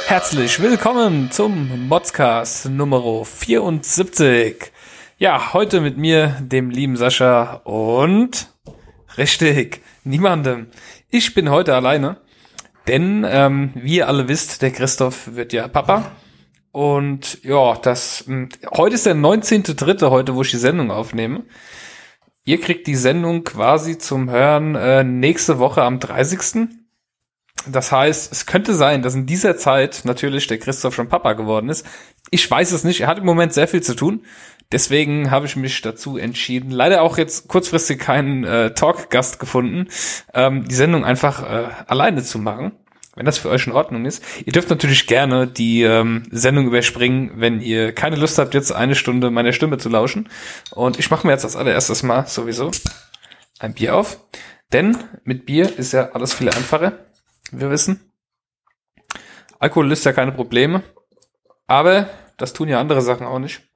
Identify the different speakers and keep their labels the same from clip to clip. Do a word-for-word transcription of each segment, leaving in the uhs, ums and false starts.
Speaker 1: Herzlich willkommen zum Modscast Nummer vierundsiebzig. Ja, heute mit mir, dem lieben Sascha und richtig, niemandem. Ich bin heute alleine, denn ähm, wie ihr alle wisst, der Christoph wird ja Papa. Und ja, das heute ist der neunzehnte dritte heute, wo ich die Sendung aufnehme. Ihr kriegt die Sendung quasi zum Hören äh, nächste Woche am dreißigsten Das heißt, es könnte sein, dass in dieser Zeit natürlich der Christoph schon Papa geworden ist. Ich weiß es nicht, er hat im Moment sehr viel zu tun. Deswegen habe ich mich dazu entschieden, leider auch jetzt kurzfristig keinen äh, Talk-Gast gefunden, ähm, die Sendung einfach äh, alleine zu machen, wenn das für euch in Ordnung ist. Ihr dürft natürlich gerne die ähm, Sendung überspringen, wenn ihr keine Lust habt, jetzt eine Stunde meiner Stimme zu lauschen. Und ich mache mir jetzt als allererstes mal sowieso ein Bier auf. Denn mit Bier ist ja alles viel einfacher, wie wir wissen. Alkohol löst ja keine Probleme. Aber das tun ja andere Sachen auch nicht.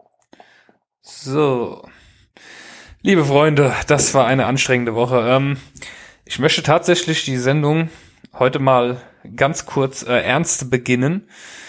Speaker 1: So. Liebe Freunde, das war eine anstrengende Woche. Ähm, ich möchte tatsächlich die Sendung heute mal ganz kurz äh, ernst beginnen.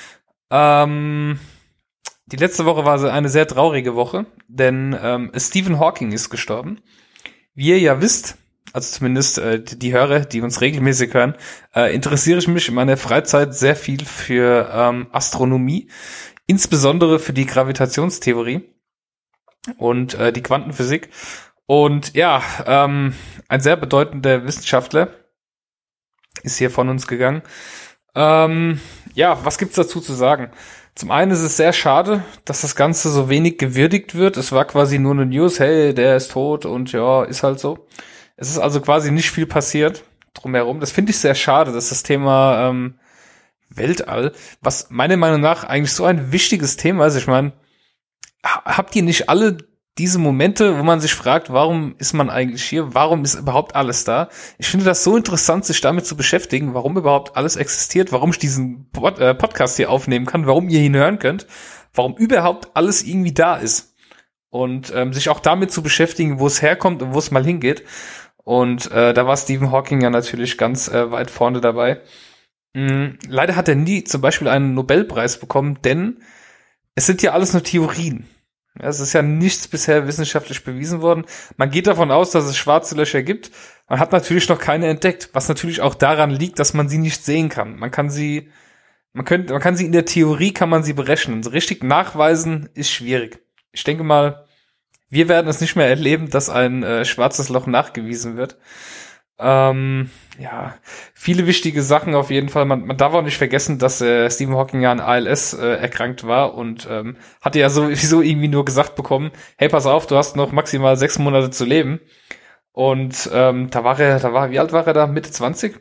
Speaker 1: Ähm, die letzte Woche war eine sehr traurige Woche, denn ähm, Stephen Hawking ist gestorben. Wie ihr ja wisst, also zumindest äh, die Hörer, die uns regelmäßig hören, äh, interessiere ich mich in meiner Freizeit sehr viel für ähm, Astronomie, insbesondere für die Gravitationstheorie und äh, die Quantenphysik. Und ja, ähm, ein sehr bedeutender Wissenschaftler ist hier von uns gegangen. Ähm, ja, was gibt's dazu zu sagen? Zum einen ist es sehr schade, dass das Ganze so wenig gewürdigt wird. Es war quasi nur eine News, hey, der ist tot und ja, ist halt so. Es ist also quasi nicht viel passiert drumherum. Das finde ich sehr schade, dass das Thema ähm, Weltall, was meiner Meinung nach eigentlich so ein wichtiges Thema ist. Ich meine, habt ihr nicht alle diese Momente, wo man sich fragt, warum ist man eigentlich hier? Warum ist überhaupt alles da? Ich finde das so interessant, sich damit zu beschäftigen, warum überhaupt alles existiert, warum ich diesen Pod- äh, Podcast hier aufnehmen kann, warum ihr ihn hören könnt, warum überhaupt alles irgendwie da ist. Und ähm, sich auch damit zu beschäftigen, wo es herkommt und wo es mal hingeht. Und äh, da war Stephen Hawking ja natürlich ganz äh, weit vorne dabei. Mhm. Leider hat er nie zum Beispiel einen Nobelpreis bekommen, denn es sind ja alles nur Theorien. Ja, es ist ja nichts bisher wissenschaftlich bewiesen worden. Man geht davon aus, dass es schwarze Löcher gibt. Man hat natürlich noch keine entdeckt, was natürlich auch daran liegt, dass man sie nicht sehen kann. Man kann sie, man könnte, man kann sie in der Theorie kann man sie berechnen. So richtig nachweisen ist schwierig. Ich denke mal, wir werden es nicht mehr erleben, dass ein äh, schwarzes Loch nachgewiesen wird. Ähm, ja, viele wichtige Sachen auf jeden Fall. Man, man darf auch nicht vergessen, dass äh, Stephen Hawking ja an A L S äh, erkrankt war und ähm, hatte ja sowieso irgendwie nur gesagt bekommen, hey, pass auf, du hast noch maximal sechs Monate zu leben. Und ähm, da war er, da war, wie alt war er da? Mitte zwanzig?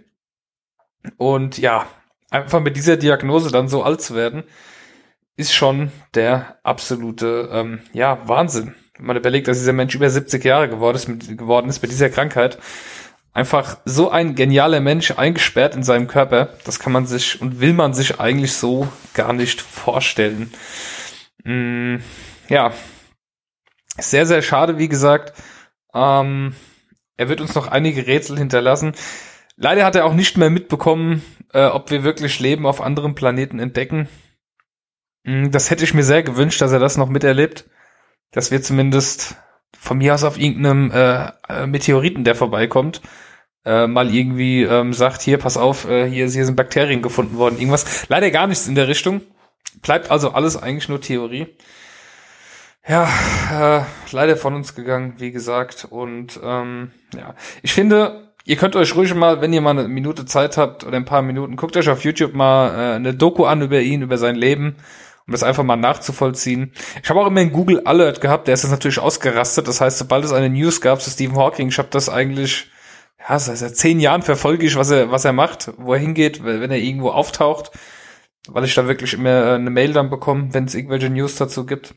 Speaker 1: Und ja, einfach mit dieser Diagnose dann so alt zu werden, ist schon der absolute, ähm, ja, Wahnsinn. Wenn man überlegt, dass dieser Mensch über siebzig Jahre geworden ist mit, geworden ist mit dieser Krankheit. Einfach so ein genialer Mensch eingesperrt in seinem Körper, das kann man sich und will man sich eigentlich so gar nicht vorstellen. Mm, ja, sehr, sehr schade, wie gesagt. Ähm, er wird uns noch einige Rätsel hinterlassen. Leider hat er auch nicht mehr mitbekommen, äh, ob wir wirklich Leben auf anderen Planeten entdecken. Mm, das hätte ich mir sehr gewünscht, dass er das noch miterlebt. Dass wir zumindest von mir aus auf irgendeinem äh, Meteoriten, der vorbeikommt, äh, mal irgendwie ähm, sagt, hier, pass auf, äh, hier, hier sind Bakterien gefunden worden, irgendwas. Leider gar nichts in der Richtung. Bleibt also alles eigentlich nur Theorie. Ja, äh, leider von uns gegangen, wie gesagt. Und ähm, ja, ich finde, ihr könnt euch ruhig mal, wenn ihr mal eine Minute Zeit habt oder ein paar Minuten, guckt euch auf YouTube mal äh, eine Doku an über ihn, über sein Leben, um das einfach mal nachzuvollziehen. Ich habe auch immer einen Google Alert gehabt, der ist jetzt natürlich ausgerastet. Das heißt, sobald es eine News gab zu Stephen Hawking, ich habe das eigentlich, ja, seit zehn Jahren verfolge ich, was er was er macht, wo er hingeht, wenn er irgendwo auftaucht, weil ich da wirklich immer eine Mail dann bekomme, wenn es irgendwelche News dazu gibt.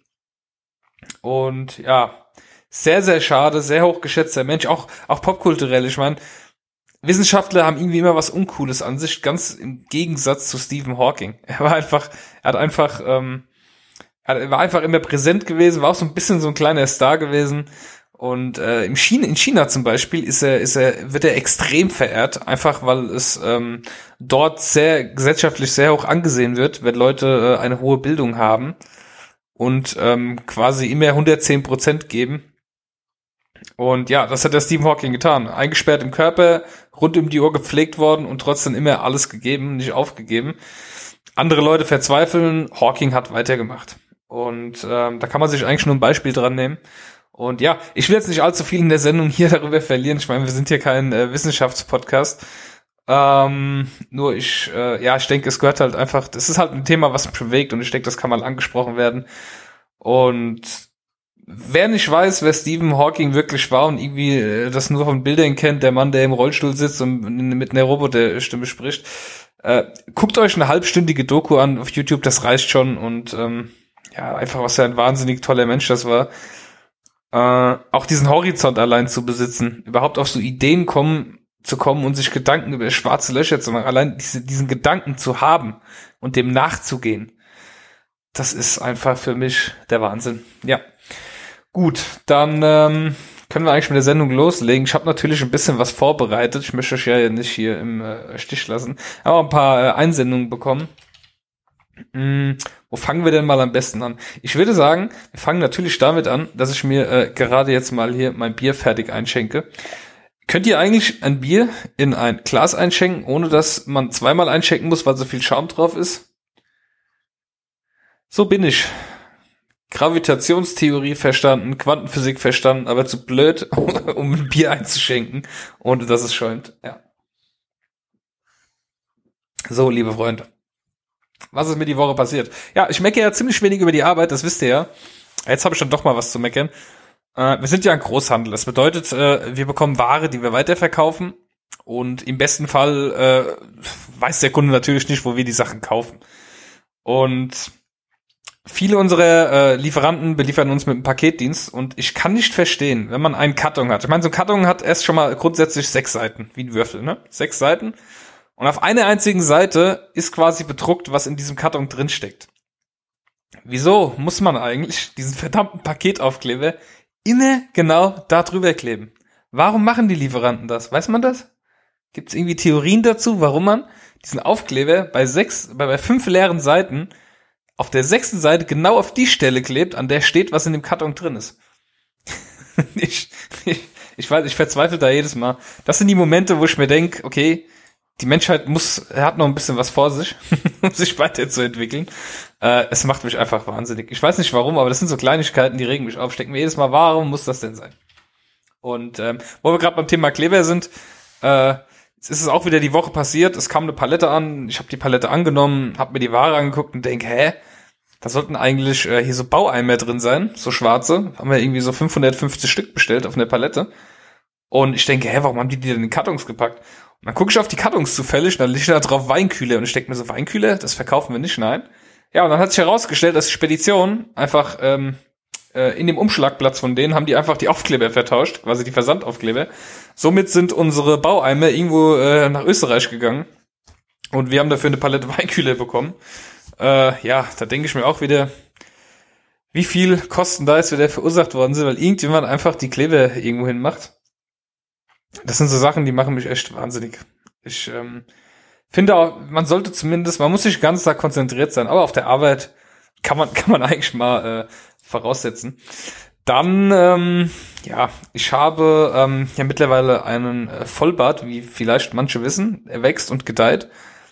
Speaker 1: Und ja, sehr, sehr schade, sehr hochgeschätzter Mensch, auch auch popkulturell. Ich meine, Wissenschaftler haben irgendwie immer was Uncooles an sich, ganz im Gegensatz zu Stephen Hawking. Er war einfach, er hat einfach, ähm, er war einfach immer präsent gewesen, war auch so ein bisschen so ein kleiner Star gewesen Und äh, im China, in China zum Beispiel ist er, ist er, wird er extrem verehrt, einfach weil es ähm, dort sehr gesellschaftlich sehr hoch angesehen wird, wenn Leute äh, eine hohe Bildung haben und ähm, quasi immer hundertzehn Prozent geben. Und ja, das hat der Stephen Hawking getan. Eingesperrt im Körper, rund um die Uhr gepflegt worden und trotzdem immer alles gegeben, nicht aufgegeben. Andere Leute verzweifeln, Hawking hat weitergemacht. Und ähm, da kann man sich eigentlich nur ein Beispiel dran nehmen. Und ja, ich will jetzt nicht allzu viel in der Sendung hier darüber verlieren. Ich meine, wir sind hier kein äh, Wissenschaftspodcast. Ähm, nur ich, äh, ja, ich denke, es gehört halt einfach, das ist halt ein Thema, was mich bewegt und ich denke, das kann mal angesprochen werden. Und wer nicht weiß, wer Stephen Hawking wirklich war und irgendwie äh, das nur von Bildern kennt, der Mann, der im Rollstuhl sitzt und mit einer Roboterstimme spricht, äh, guckt euch eine halbstündige Doku an auf YouTube, das reicht schon. Und ähm, ja, einfach, was für ein wahnsinnig toller Mensch das war. Äh, auch diesen Horizont allein zu besitzen, überhaupt auf so Ideen kommen, zu kommen und sich Gedanken über schwarze Löcher zu machen, allein diese, diesen Gedanken zu haben und dem nachzugehen, das ist einfach für mich der Wahnsinn. Ja, gut, dann ähm, können wir eigentlich mit der Sendung loslegen. Ich habe natürlich ein bisschen was vorbereitet, ich möchte euch ja nicht hier im äh, Stich lassen, aber ein paar äh, Einsendungen bekommen. Hm, wo fangen wir denn mal am besten an? Ich würde sagen, wir fangen natürlich damit an, dass ich mir äh, gerade jetzt mal hier mein Bier fertig einschenke. Könnt ihr eigentlich ein Bier in ein Glas einschenken, ohne dass man zweimal einschenken muss, weil so viel Schaum drauf ist? So bin ich. Gravitationstheorie verstanden, Quantenphysik verstanden, aber zu blöd, um ein Bier einzuschenken, ohne dass es schäumt. Ja. So, liebe Freunde. Was ist mir die Woche passiert? Ja, ich meckere ja ziemlich wenig über die Arbeit, das wisst ihr ja. Jetzt habe ich dann doch mal was zu meckern. Äh, wir sind ja ein Großhandel. Das bedeutet, äh, wir bekommen Ware, die wir weiterverkaufen. Und im besten Fall äh, weiß der Kunde natürlich nicht, wo wir die Sachen kaufen. Und viele unserer äh, Lieferanten beliefern uns mit einem Paketdienst. Und ich kann nicht verstehen, wenn man einen Karton hat. Ich meine, so ein Karton hat erst schon mal grundsätzlich sechs Seiten, wie ein Würfel, ne? Sechs Seiten. Und auf einer einzigen Seite ist quasi bedruckt, was in diesem Karton drinsteckt. Wieso muss man eigentlich diesen verdammten Paketaufkleber immer genau da drüber kleben? Warum machen die Lieferanten das? Weiß man das? Gibt es irgendwie Theorien dazu, warum man diesen Aufkleber bei sechs, bei, bei fünf leeren Seiten auf der sechsten Seite genau auf die Stelle klebt, an der steht, was in dem Karton drin ist? ich, ich, ich weiß, ich verzweifle da jedes Mal. Das sind die Momente, wo ich mir denke, okay, die Menschheit muss, er hat noch ein bisschen was vor sich, um sich weiterzuentwickeln. Äh, es macht mich einfach wahnsinnig. Ich weiß nicht warum, aber das sind so Kleinigkeiten, die regen mich auf. Stecken mir jedes Mal, warum muss das denn sein? Und ähm, wo wir gerade beim Thema Kleber sind, äh, jetzt ist es auch wieder die Woche passiert. Es kam eine Palette an, ich habe die Palette angenommen, habe mir die Ware angeguckt und denk, hä? Da sollten eigentlich äh, hier so Baueimer drin sein, so schwarze. Haben wir irgendwie so fünfhundertfünfzig Stück bestellt auf einer Palette. Und ich denke, hä, warum haben die die denn in Kartons gepackt? Und dann gucke ich auf die Kartons zufällig, dann liegt da drauf Weinkühler. Und ich denke mir so, Weinkühler, das verkaufen wir nicht, nein. Ja, und dann hat sich herausgestellt, dass die Spedition einfach ähm, äh, in dem Umschlagplatz von denen haben die einfach die Aufkleber vertauscht, quasi die Versandaufkleber. Somit sind unsere Baueimer irgendwo äh, nach Österreich gegangen. Und wir haben dafür eine Palette Weinkühler bekommen. Äh, ja, da denke ich mir auch wieder, wie viel Kosten da jetzt wieder verursacht worden sind, weil irgendjemand einfach die Kleber irgendwo hin macht. Das sind so Sachen, die machen mich echt wahnsinnig. Ich ähm, finde auch, man sollte zumindest, man muss nicht den ganzen Tag konzentriert sein, aber auf der Arbeit kann man kann man eigentlich mal äh, voraussetzen. Dann, ähm, ja, ich habe ähm, ja mittlerweile einen äh, Vollbart, wie vielleicht manche wissen. Er wächst und gedeiht.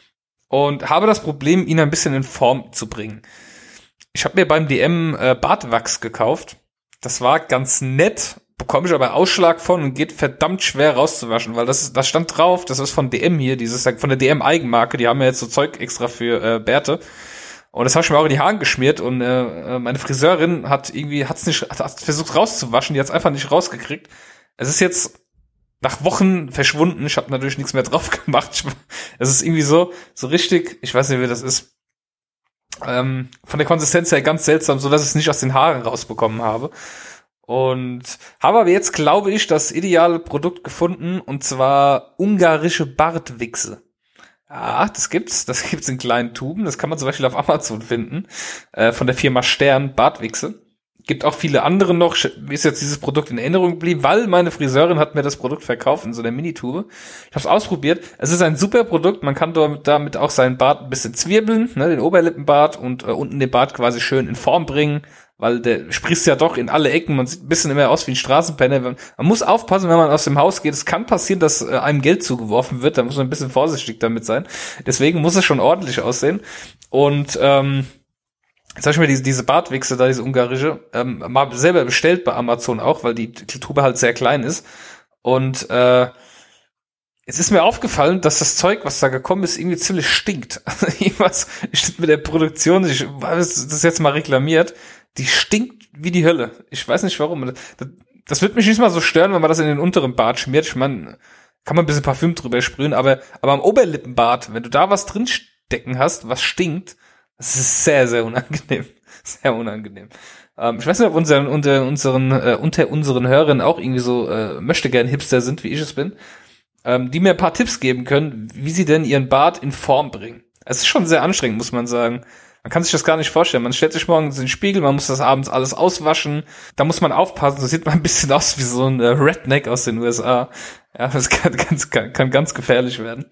Speaker 1: Und habe das Problem, ihn ein bisschen in Form zu bringen. Ich habe mir beim D M äh, Bartwachs gekauft. Das war ganz nett, bekomme ich aber Ausschlag von und geht verdammt schwer rauszuwaschen, weil das ist, das stand drauf, das ist von D M hier, dieses von der D M Eigenmarke, die haben ja jetzt so Zeug extra für äh, Bärte. Und das habe ich mir auch in die Haare geschmiert und äh, meine Friseurin hat irgendwie hat's nicht hat, hat versucht rauszuwaschen, die hat's einfach nicht rausgekriegt. Es ist jetzt nach Wochen verschwunden. Ich habe natürlich nichts mehr drauf gemacht. Es ist irgendwie so so richtig, ich weiß nicht, wie das ist. Ähm, von der Konsistenz her ganz seltsam, so dass ich es nicht aus den Haaren rausbekommen habe. Und habe aber jetzt, glaube ich, das ideale Produkt gefunden, und zwar ungarische Bartwichse. Ja, das gibt's. Das gibt's in kleinen Tuben. Das kann man zum Beispiel auf Amazon finden. Äh, von der Firma Stern, Bartwichse. Gibt auch viele andere noch. Mir ist jetzt dieses Produkt in Erinnerung geblieben, weil meine Friseurin hat mir das Produkt verkauft in so einer Minitube. Ich habe es ausprobiert. Es ist ein super Produkt. Man kann damit, damit auch seinen Bart ein bisschen zwirbeln, ne, den Oberlippenbart und äh, unten den Bart quasi schön in Form bringen, weil der sprießt ja doch in alle Ecken. Man sieht ein bisschen immer aus wie ein Straßenpenner. Man muss aufpassen, wenn man aus dem Haus geht. Es kann passieren, dass äh, einem Geld zugeworfen wird. Da muss man ein bisschen vorsichtig damit sein. Deswegen muss es schon ordentlich aussehen. Und ähm, jetzt habe ich mir diese, diese Bartwichse da, diese ungarische, ähm, mal selber bestellt bei Amazon auch, weil die, die Tube halt sehr klein ist. Und äh, es ist mir aufgefallen, dass das Zeug, was da gekommen ist, irgendwie ziemlich stinkt. Also irgendwas steht mit der Produktion, ich habe das jetzt mal reklamiert, die stinkt wie die Hölle. Ich weiß nicht warum. Das, das wird mich nicht mal so stören, wenn man das in den unteren Bart schmiert. Ich meine, kann man ein bisschen Parfüm drüber sprühen, aber, aber am Oberlippenbart, wenn du da was drin stecken hast, was stinkt, das ist sehr, sehr unangenehm. Sehr unangenehm. Ähm, ich weiß nicht, ob unseren, unter unseren, äh, unter unseren Hörern auch irgendwie so äh, möchte gern Hipster sind, wie ich es bin, ähm, die mir ein paar Tipps geben können, wie sie denn ihren Bart in Form bringen. Es ist schon sehr anstrengend, muss man sagen. Man kann sich das gar nicht vorstellen. Man stellt sich morgens in den Spiegel, man muss das abends alles auswaschen. Da muss man aufpassen, so sieht man ein bisschen aus wie so ein äh, Redneck aus den U S A. Ja, das kann ganz, kann, kann ganz gefährlich werden.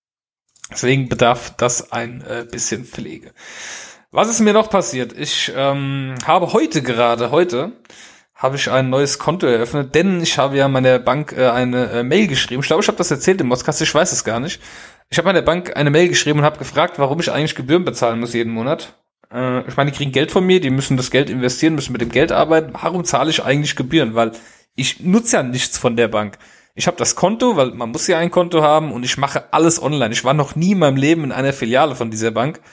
Speaker 1: Deswegen bedarf das ein äh, bisschen Pflege. Was ist mir noch passiert? Ich ähm, habe heute gerade, heute habe ich ein neues Konto eröffnet, denn ich habe ja meiner Bank äh, eine äh, Mail geschrieben. Ich glaube, ich habe das erzählt im Podcast, ich weiß es gar nicht. Ich habe meiner Bank eine Mail geschrieben und habe gefragt, warum ich eigentlich Gebühren bezahlen muss jeden Monat. Äh, ich meine, die kriegen Geld von mir, die müssen das Geld investieren, müssen mit dem Geld arbeiten. Warum zahle ich eigentlich Gebühren? Weil ich nutze ja nichts von der Bank. Ich habe das Konto, weil man muss ja ein Konto haben und ich mache alles online. Ich war noch nie in meinem Leben in einer Filiale von dieser Bank,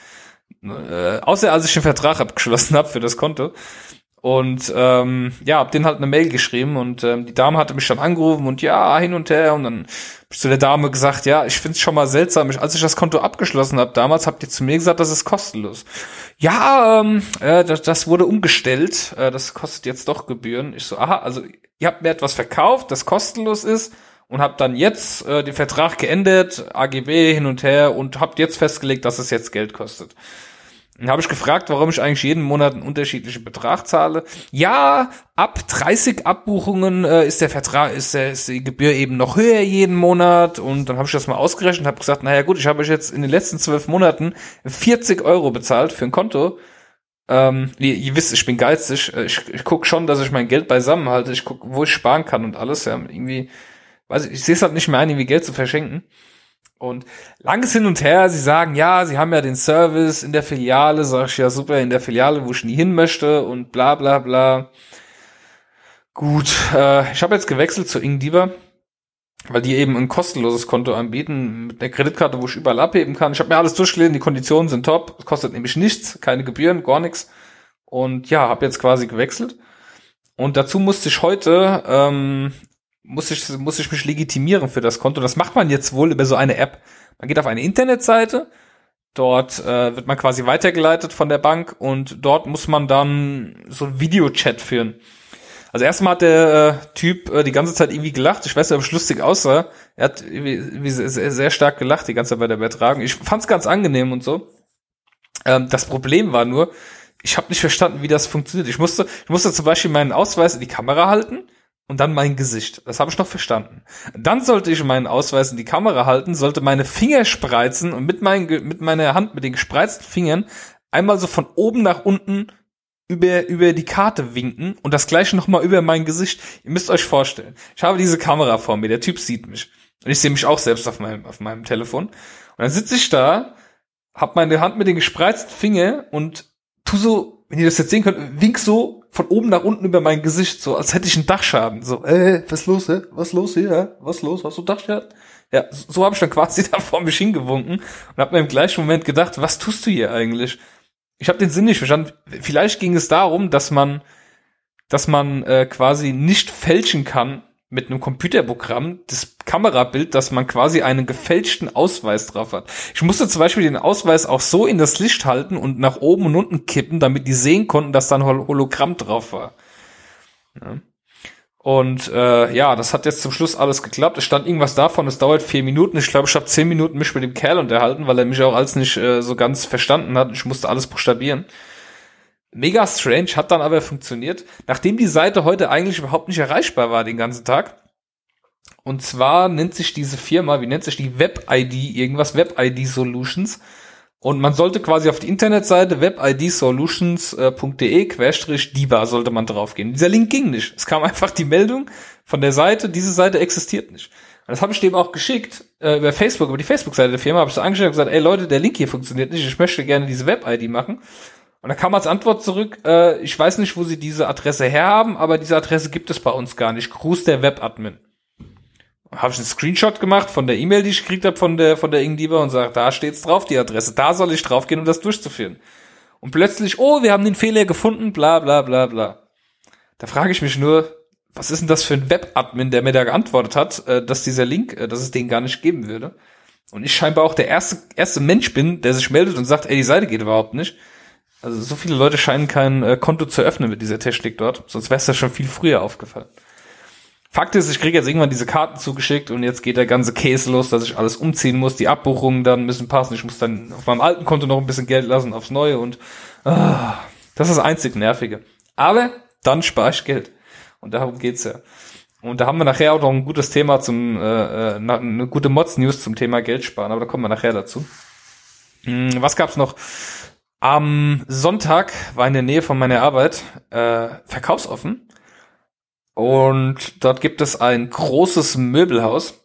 Speaker 1: äh, außer als ich den Vertrag abgeschlossen habe für das Konto. Und ähm, ja, hab denen halt eine Mail geschrieben und ähm, die Dame hatte mich dann angerufen und ja, hin und her und dann hab ich zu der Dame gesagt, ja, ich find's schon mal seltsam. Ich, als ich das Konto abgeschlossen habe damals, habt ihr zu mir gesagt, das ist kostenlos. Ja, ähm, äh, das, das wurde umgestellt, äh, das kostet jetzt doch Gebühren. Ich so, aha, also ihr habt mir etwas verkauft, das kostenlos ist und habt dann jetzt äh, den Vertrag geändert, A G B hin und her und habt jetzt festgelegt, dass es jetzt Geld kostet. Dann habe ich gefragt, warum ich eigentlich jeden Monat einen unterschiedlichen Betrag zahle. Ja, ab dreißig Abbuchungen äh, ist der Vertrag, ist, der, ist die Gebühr eben noch höher jeden Monat. Und dann habe ich das mal ausgerechnet und habe gesagt, naja gut, ich habe euch jetzt in den letzten zwölf Monaten vierzig Euro bezahlt für ein Konto. Ähm, ihr, ihr wisst, ich bin geizig. Ich, ich gucke schon, dass ich mein Geld beisammen halte. Ich gucke, wo ich sparen kann und alles. Ja, irgendwie, weiß ich, ich sehe es halt nicht mehr ein, irgendwie Geld zu verschenken. Und langes Hin und Her, sie sagen, ja, sie haben ja den Service in der Filiale, sag ich, ja super, in der Filiale, wo ich nie hin möchte und bla bla bla. Gut, äh, ich habe jetzt gewechselt zu Ingdiba, weil die eben ein kostenloses Konto anbieten, mit einer Kreditkarte, wo ich überall abheben kann. Ich habe mir alles durchgelesen, die Konditionen sind top, es kostet nämlich nichts, keine Gebühren, gar nichts. Und ja, habe jetzt quasi gewechselt. Und dazu musste ich heute... ähm, muss ich, muss ich mich legitimieren für das Konto. Das macht man jetzt wohl über so eine App. Man geht auf eine Internetseite, dort äh, wird man quasi weitergeleitet von der Bank und dort muss man dann so ein Videochat führen. Also erstmal hat der äh, Typ äh, die ganze Zeit irgendwie gelacht. Ich weiß nicht, ob es lustig aussah. Er hat irgendwie, irgendwie sehr, sehr stark gelacht die ganze Zeit bei der Übertragung. Ich fand's ganz angenehm und so. Ähm, das Problem war nur, ich habe nicht verstanden, wie das funktioniert. Ich musste, ich musste zum Beispiel meinen Ausweis in die Kamera halten. Und dann mein Gesicht. Das habe ich noch verstanden. Dann sollte ich meinen Ausweis in die Kamera halten, sollte meine Finger spreizen und mit, mein, mit meiner Hand, mit den gespreizten Fingern einmal so von oben nach unten über, über die Karte winken und das gleiche nochmal über mein Gesicht. Ihr müsst euch vorstellen, ich habe diese Kamera vor mir, der Typ sieht mich. Und ich sehe mich auch selbst auf meinem, auf meinem Telefon. Und dann sitze ich da, hab meine Hand mit den gespreizten Fingern und tu so, wenn ihr das jetzt sehen könnt, wink so von oben nach unten über mein Gesicht, so als hätte ich einen Dachschaden. So, äh, was los, hä? Was los hier? Was los? Hast du Dachschaden? Ja, so, so habe ich dann quasi da vor mich hingewunken und habe mir im gleichen Moment gedacht, was tust du hier eigentlich? Ich habe den Sinn nicht verstanden. Vielleicht ging es darum, dass man, dass man äh, quasi nicht fälschen kann mit einem Computerprogramm das Kamerabild, dass man quasi einen gefälschten Ausweis drauf hat. Ich musste zum Beispiel den Ausweis auch so in das Licht halten und nach oben und unten kippen, damit die sehen konnten, dass da ein Hol- Hologramm drauf war. Ja. Und äh, ja, das hat jetzt zum Schluss alles geklappt. Es stand irgendwas davon, es dauert vier Minuten. Ich glaube, ich habe zehn Minuten mich mit dem Kerl unterhalten, weil er mich auch alles nicht äh, so ganz verstanden hat. Ich musste alles buchstabieren. Mega strange, hat dann aber funktioniert, nachdem die Seite heute eigentlich überhaupt nicht erreichbar war den ganzen Tag. Und zwar nennt sich diese Firma, wie nennt sich die Web-I D, irgendwas, Web-I D Solutions. Und man sollte quasi auf die Internetseite webidsolutions.de querstrich diba sollte man draufgehen. Dieser Link ging nicht. Es kam einfach die Meldung von der Seite, diese Seite existiert nicht. Und das habe ich dem auch geschickt, äh, über Facebook, über die Facebook-Seite der Firma, habe ich so angeschrieben und gesagt, ey Leute, der Link hier funktioniert nicht, ich möchte gerne diese Web-I D machen. Und da kam als Antwort zurück, äh, ich weiß nicht, wo sie diese Adresse herhaben, aber diese Adresse gibt es bei uns gar nicht. Gruß der Webadmin. Habe ich einen Screenshot gemacht von der E-Mail, die ich gekriegt habe von der von der Ingdieber und sage, da steht's drauf, die Adresse. Da soll ich draufgehen, um das durchzuführen. Und plötzlich, oh, wir haben den Fehler gefunden, bla bla bla bla. Da frage ich mich nur, was ist denn das für ein Webadmin, der mir da geantwortet hat, äh, dass dieser Link, äh, dass es den gar nicht geben würde. Und ich scheinbar auch der erste erste Mensch bin, der sich meldet und sagt, ey, die Seite geht überhaupt nicht. Also so viele Leute scheinen kein äh, Konto zu öffnen mit dieser Technik dort, sonst wäre es ja schon viel früher aufgefallen. Fakt ist, ich kriege jetzt irgendwann diese Karten zugeschickt und jetzt geht der ganze Käse los, dass ich alles umziehen muss, die Abbuchungen dann müssen passen, ich muss dann auf meinem alten Konto noch ein bisschen Geld lassen, aufs neue und ah, das ist das einzig Nervige. Aber dann spare ich Geld und darum geht's ja. Und da haben wir nachher auch noch ein gutes Thema zum, äh, eine gute Mods-News zum Thema Geld sparen, aber da kommen wir nachher dazu. Hm, was gab's noch? Am Sonntag war in der Nähe von meiner Arbeit äh, verkaufsoffen und dort gibt es ein großes Möbelhaus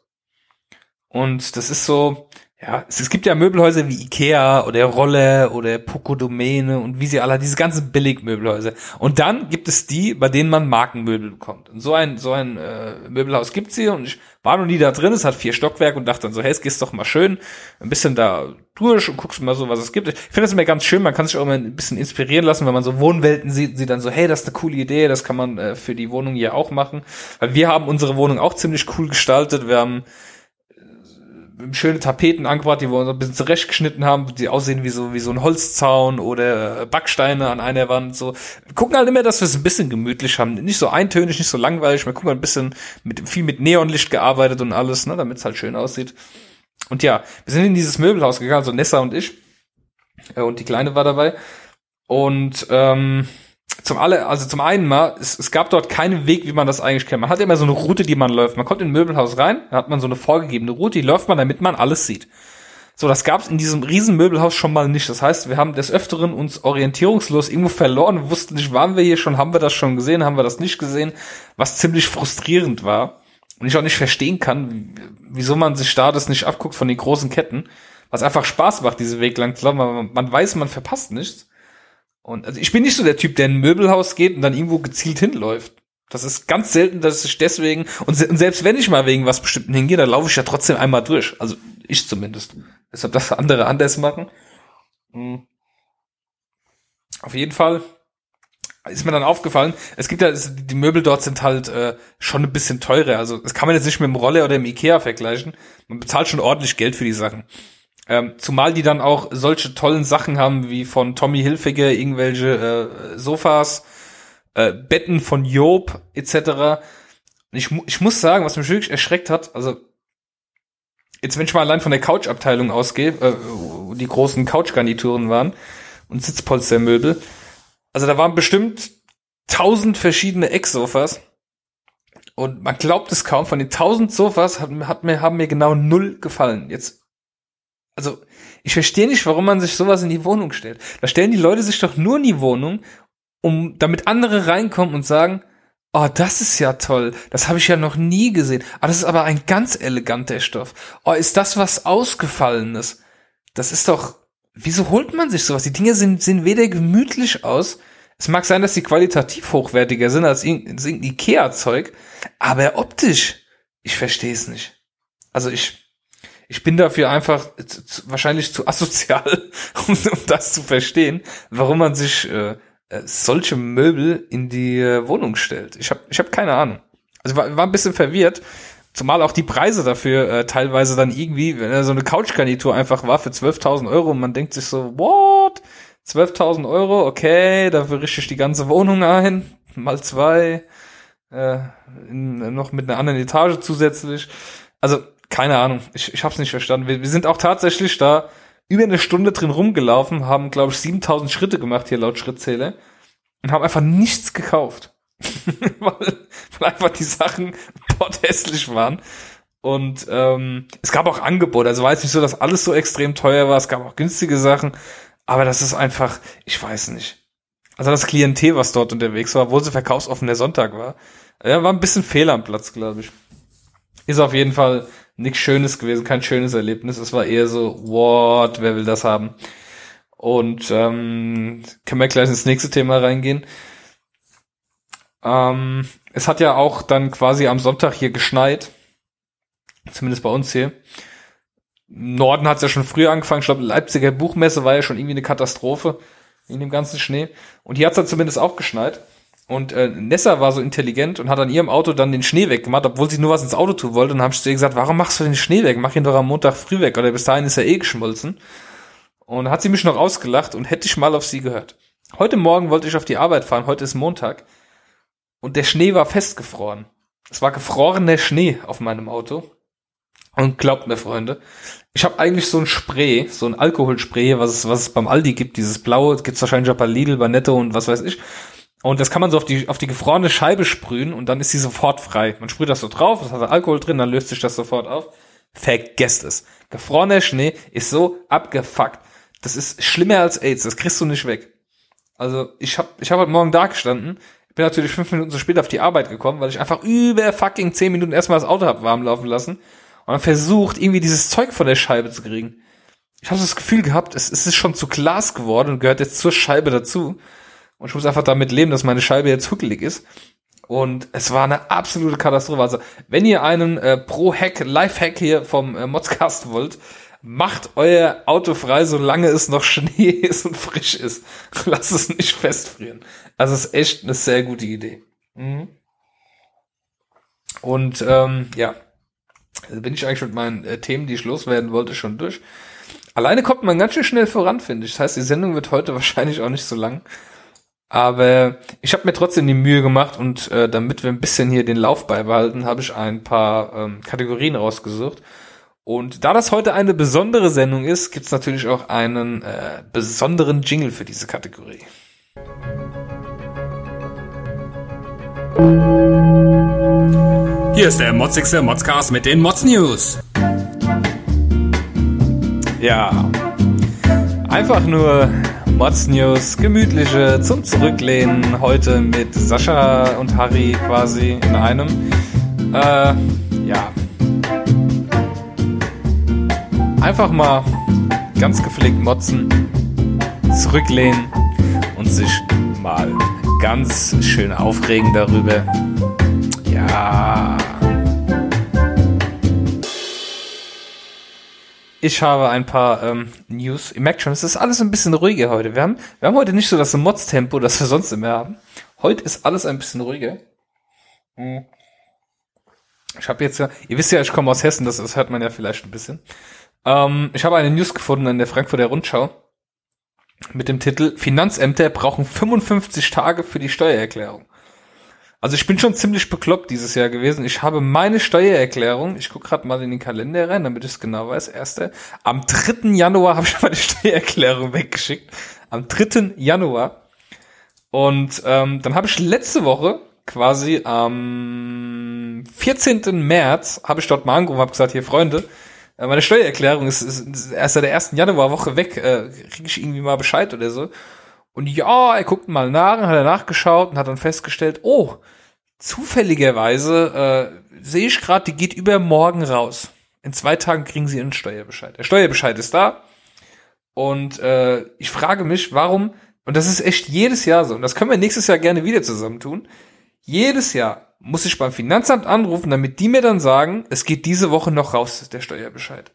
Speaker 1: und das ist so, ja, es, es gibt ja Möbelhäuser wie Ikea oder Rolle oder Poco-Domäne und wie sie alle, diese ganzen Billigmöbelhäuser. Und dann gibt es die, bei denen man Markenmöbel bekommt. Und so ein so ein äh, Möbelhaus gibt's hier und ich war noch nie da drin, es hat vier Stockwerke und dachte dann so, hey, es gehst doch mal schön ein bisschen da durch und guckst mal so, was es gibt. Ich finde das immer ganz schön, man kann sich auch mal ein bisschen inspirieren lassen, wenn man so Wohnwelten sieht, sieht dann so, hey, das ist eine coole Idee, das kann man äh, für die Wohnung hier auch machen. Weil wir haben unsere Wohnung auch ziemlich cool gestaltet, wir haben schöne Tapeten angebracht, die wir so ein bisschen zurechtgeschnitten haben, die aussehen wie so wie so ein Holzzaun oder Backsteine an einer Wand. So, wir gucken halt immer, dass wir es ein bisschen gemütlich haben, nicht so eintönig, nicht so langweilig. Wir gucken halt ein bisschen mit viel mit Neonlicht gearbeitet und alles, ne, damit es halt schön aussieht. Und ja, wir sind in dieses Möbelhaus gegangen, also Nessa und ich äh, und die Kleine war dabei. Und ähm, zum alle, also zum einen mal, es, es gab dort keinen Weg, wie man das eigentlich kennt. Man hat immer so eine Route, die man läuft. Man kommt in ein Möbelhaus rein, da hat man so eine vorgegebene Route, die läuft man, damit man alles sieht. So, das gab's in diesem riesen Möbelhaus schon mal nicht. Das heißt, wir haben des Öfteren uns orientierungslos irgendwo verloren. Wir wussten nicht, waren wir hier schon, haben wir das schon gesehen, haben wir das nicht gesehen, was ziemlich frustrierend war. Und ich auch nicht verstehen kann, wieso man sich da das nicht abguckt von den großen Ketten. Was einfach Spaß macht, diese Weg lang zu laufen, weil man, man weiß, man verpasst nichts. Und also ich bin nicht so der Typ, der in ein Möbelhaus geht und dann irgendwo gezielt hinläuft. Das ist ganz selten, dass ich deswegen, und, se- und selbst wenn ich mal wegen was Bestimmten hingehe, dann laufe ich ja trotzdem einmal durch. Also ich zumindest. Deshalb das andere anders machen. Mhm. Auf jeden Fall ist mir dann aufgefallen, es gibt ja, es- die Möbel dort sind halt äh, schon ein bisschen teurer. Also das kann man jetzt nicht mit dem Roller oder dem Ikea vergleichen. Man bezahlt schon ordentlich Geld für die Sachen. Ähm, zumal die dann auch solche tollen Sachen haben, wie von Tommy Hilfiger, irgendwelche äh, Sofas, äh, Betten von Job, et cetera. Und ich, mu- ich muss sagen, was mich wirklich erschreckt hat, also jetzt wenn ich mal allein von der Couch-Abteilung ausgehe, äh, wo die großen Couchgarnituren waren und Sitzpolstermöbel, also da waren bestimmt tausend verschiedene Ecksofas und man glaubt es kaum, von den tausend Sofas hat, hat mir, haben mir genau null gefallen. Jetzt Also, ich verstehe nicht, warum man sich sowas in die Wohnung stellt. Da stellen die Leute sich doch nur in die Wohnung, um damit andere reinkommen und sagen, oh, das ist ja toll, das habe ich ja noch nie gesehen. Ah, das ist aber ein ganz eleganter Stoff. Oh, ist das was Ausgefallenes? Das ist doch, wieso holt man sich sowas? Die Dinge sind, sehen weder gemütlich aus, es mag sein, dass sie qualitativ hochwertiger sind als irgendein irgendein Ikea-Zeug, aber optisch, ich verstehe es nicht. Also ich Ich bin dafür einfach zu, zu, wahrscheinlich zu asozial, um, um das zu verstehen, warum man sich äh, solche Möbel in die äh, Wohnung stellt. Ich habe ich hab keine Ahnung. Also war, war ein bisschen verwirrt, zumal auch die Preise dafür äh, teilweise dann irgendwie, wenn er so eine Couchgarnitur einfach war für zwölftausend Euro und man denkt sich so, what? zwölftausend Euro, okay, dafür richte ich die ganze Wohnung ein, mal zwei, äh, in, noch mit einer anderen Etage zusätzlich. Also keine Ahnung, ich, ich hab's nicht verstanden. Wir, wir sind auch tatsächlich da über eine Stunde drin rumgelaufen, haben, glaube ich, siebentausend Schritte gemacht hier laut Schrittzähler. und haben einfach nichts gekauft. weil, weil einfach die Sachen potthässlich waren. Und ähm, es gab auch Angebote, also war jetzt nicht so, dass alles so extrem teuer war, es gab auch günstige Sachen, aber das ist einfach, ich weiß nicht. Also das Klientel, was dort unterwegs war, wo sie verkaufsoffen der Sonntag war, ja, war ein bisschen Fehler am Platz, glaube ich. Ist auf jeden Fall nichts Schönes gewesen, kein schönes Erlebnis. Es war eher so, what, wer will das haben? Und ähm, können wir gleich ins nächste Thema reingehen. Ähm, es hat ja auch dann quasi am Sonntag hier geschneit. Zumindest bei uns hier. Im Norden hat es ja schon früher angefangen. Ich glaube, Leipziger Buchmesse war ja schon irgendwie eine Katastrophe in dem ganzen Schnee. Und hier hat es dann zumindest auch geschneit. Und äh, Nessa war so intelligent und hat an ihrem Auto dann den Schnee weggemacht, obwohl sie nur was ins Auto tun wollte. Und dann habe ich zu ihr gesagt, warum machst du den Schnee weg? Mach ihn doch am Montag früh weg. Oder bis dahin ist er eh geschmolzen. Und dann hat sie mich noch ausgelacht und hätte ich mal auf sie gehört. Heute Morgen wollte ich auf die Arbeit fahren. Heute ist Montag. Und der Schnee war festgefroren. Es war gefrorener Schnee auf meinem Auto. Und glaubt mir, Freunde, ich habe eigentlich so ein Spray, so ein Alkoholspray, was es, was es beim Aldi gibt, dieses blaue, gibt's wahrscheinlich auch bei Lidl, bei Netto und was weiß ich. Und das kann man so auf die auf die gefrorene Scheibe sprühen und dann ist sie sofort frei. Man sprüht das so drauf, es hat Alkohol drin, dann löst sich das sofort auf. Vergesst es. Gefrorener Schnee ist so abgefuckt. Das ist schlimmer als AIDS, das kriegst du nicht weg. Also ich hab ich hab heute Morgen da gestanden, ich bin natürlich fünf Minuten zu spät auf die Arbeit gekommen, weil ich einfach über fucking zehn Minuten erstmal das Auto hab warm laufen lassen. Und dann versucht, irgendwie dieses Zeug von der Scheibe zu kriegen. Ich habe das Gefühl gehabt, es, es ist schon zu Glas geworden und gehört jetzt zur Scheibe dazu. Und ich muss einfach damit leben, dass meine Scheibe jetzt huckelig ist. Und es war eine absolute Katastrophe. Also, wenn ihr einen äh, Pro-Hack, Life-Hack hier vom äh, Modscast wollt, macht euer Auto frei, solange es noch Schnee ist und frisch ist. Lasst es nicht festfrieren. Also, es ist echt eine sehr gute Idee. Mhm. Und, ähm, ja. Also bin ich eigentlich mit meinen äh, Themen, die ich loswerden wollte, schon durch. Alleine kommt man ganz schön schnell voran, finde ich. Das heißt, die Sendung wird heute wahrscheinlich auch nicht so lang. Aber ich habe mir trotzdem die Mühe gemacht und äh, damit wir ein bisschen hier den Lauf beibehalten, habe ich ein paar ähm, Kategorien rausgesucht. Und da das heute eine besondere Sendung ist, gibt's natürlich auch einen äh, besonderen Jingle für diese Kategorie.
Speaker 2: Hier ist der motzigste Modscast mit den Mods News.
Speaker 1: Ja, einfach nur Mods News, gemütliche zum Zurücklehnen, heute mit Sascha und Harry quasi in einem. Äh, ja. Einfach mal ganz gepflegt motzen, zurücklehnen und sich mal ganz schön aufregen darüber. Ja. Ich habe ein paar ähm, News. Ihr merkt schon, es ist alles ein bisschen ruhiger heute. Wir haben, wir haben heute nicht so das Mods-Tempo, das wir sonst immer haben. Heute ist alles ein bisschen ruhiger. Ich habe jetzt ja, ihr wisst ja, ich komme aus Hessen, das, das hört man ja vielleicht ein bisschen. Ähm, ich habe eine News gefunden in der Frankfurter Rundschau mit dem Titel Finanzämter brauchen fünfundfünfzig Tage für die Steuererklärung. Also ich bin schon ziemlich bekloppt dieses Jahr gewesen. Ich habe meine Steuererklärung, ich gucke gerade mal in den Kalender rein, damit ich es genau weiß, erste. Am dritten Januar habe ich meine Steuererklärung weggeschickt. Am dritten Januar. Und ähm, dann habe ich letzte Woche, quasi am vierzehnten März, habe ich dort mal angerufen und habe gesagt, hier Freunde, meine Steuererklärung ist, ist, ist erst seit der ersten Januarwoche weg, äh, kriege ich irgendwie mal Bescheid oder so. Und ja, er guckt mal nach, hat er nachgeschaut und hat dann festgestellt, oh, zufälligerweise äh, sehe ich gerade, die geht übermorgen raus. In zwei Tagen kriegen sie einen Steuerbescheid. Der Steuerbescheid ist da und äh, ich frage mich, warum, und das ist echt jedes Jahr so, und das können wir nächstes Jahr gerne wieder zusammen tun, jedes Jahr muss ich beim Finanzamt anrufen, damit die mir dann sagen, es geht diese Woche noch raus, der Steuerbescheid.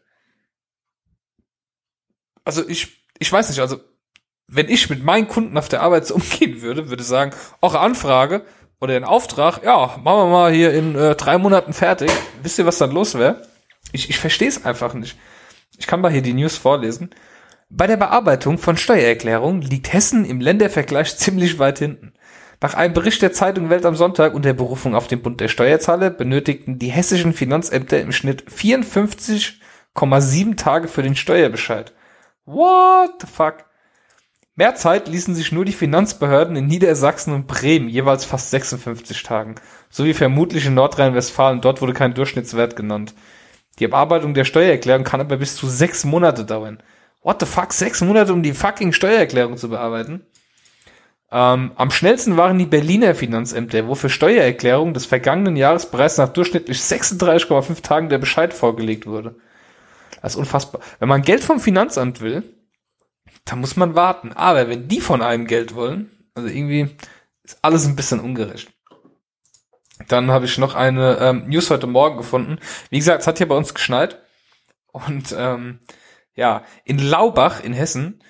Speaker 1: Also ich, ich weiß nicht, also wenn ich mit meinen Kunden auf der Arbeit so umgehen würde, würde ich sagen, auch eine Anfrage oder ein Auftrag, ja, machen wir mal hier in äh, drei Monaten fertig. Wisst ihr, was dann los wäre? Ich, ich verstehe es einfach nicht. Ich kann mal hier die News vorlesen. Bei der Bearbeitung von Steuererklärungen liegt Hessen im Ländervergleich ziemlich weit hinten. Nach einem Bericht der Zeitung Welt am Sonntag und der Berufung auf den Bund der Steuerzahler benötigten die hessischen Finanzämter im Schnitt vierundfünfzig Komma sieben Tage für den Steuerbescheid. What the fuck? Mehr Zeit ließen sich nur die Finanzbehörden in Niedersachsen und Bremen, jeweils fast sechsundfünfzig Tagen, sowie vermutlich in Nordrhein-Westfalen, dort wurde kein Durchschnittswert genannt. Die Bearbeitung der Steuererklärung kann aber bis zu sechs Monate dauern. What the fuck, sechs Monate, um die fucking Steuererklärung zu bearbeiten? Ähm, am schnellsten waren die Berliner Finanzämter, wo für Steuererklärungen des vergangenen Jahres bereits nach durchschnittlich sechsunddreißig Komma fünf Tagen der Bescheid vorgelegt wurde. Das ist unfassbar. Wenn man Geld vom Finanzamt will, dann muss man warten. Aber wenn die von einem Geld wollen, also irgendwie ist alles ein bisschen ungerecht. Dann habe ich noch eine ähm, News heute Morgen gefunden. Wie gesagt, es hat hier bei uns geschneit. Und ähm, ja, in Laubach in Hessen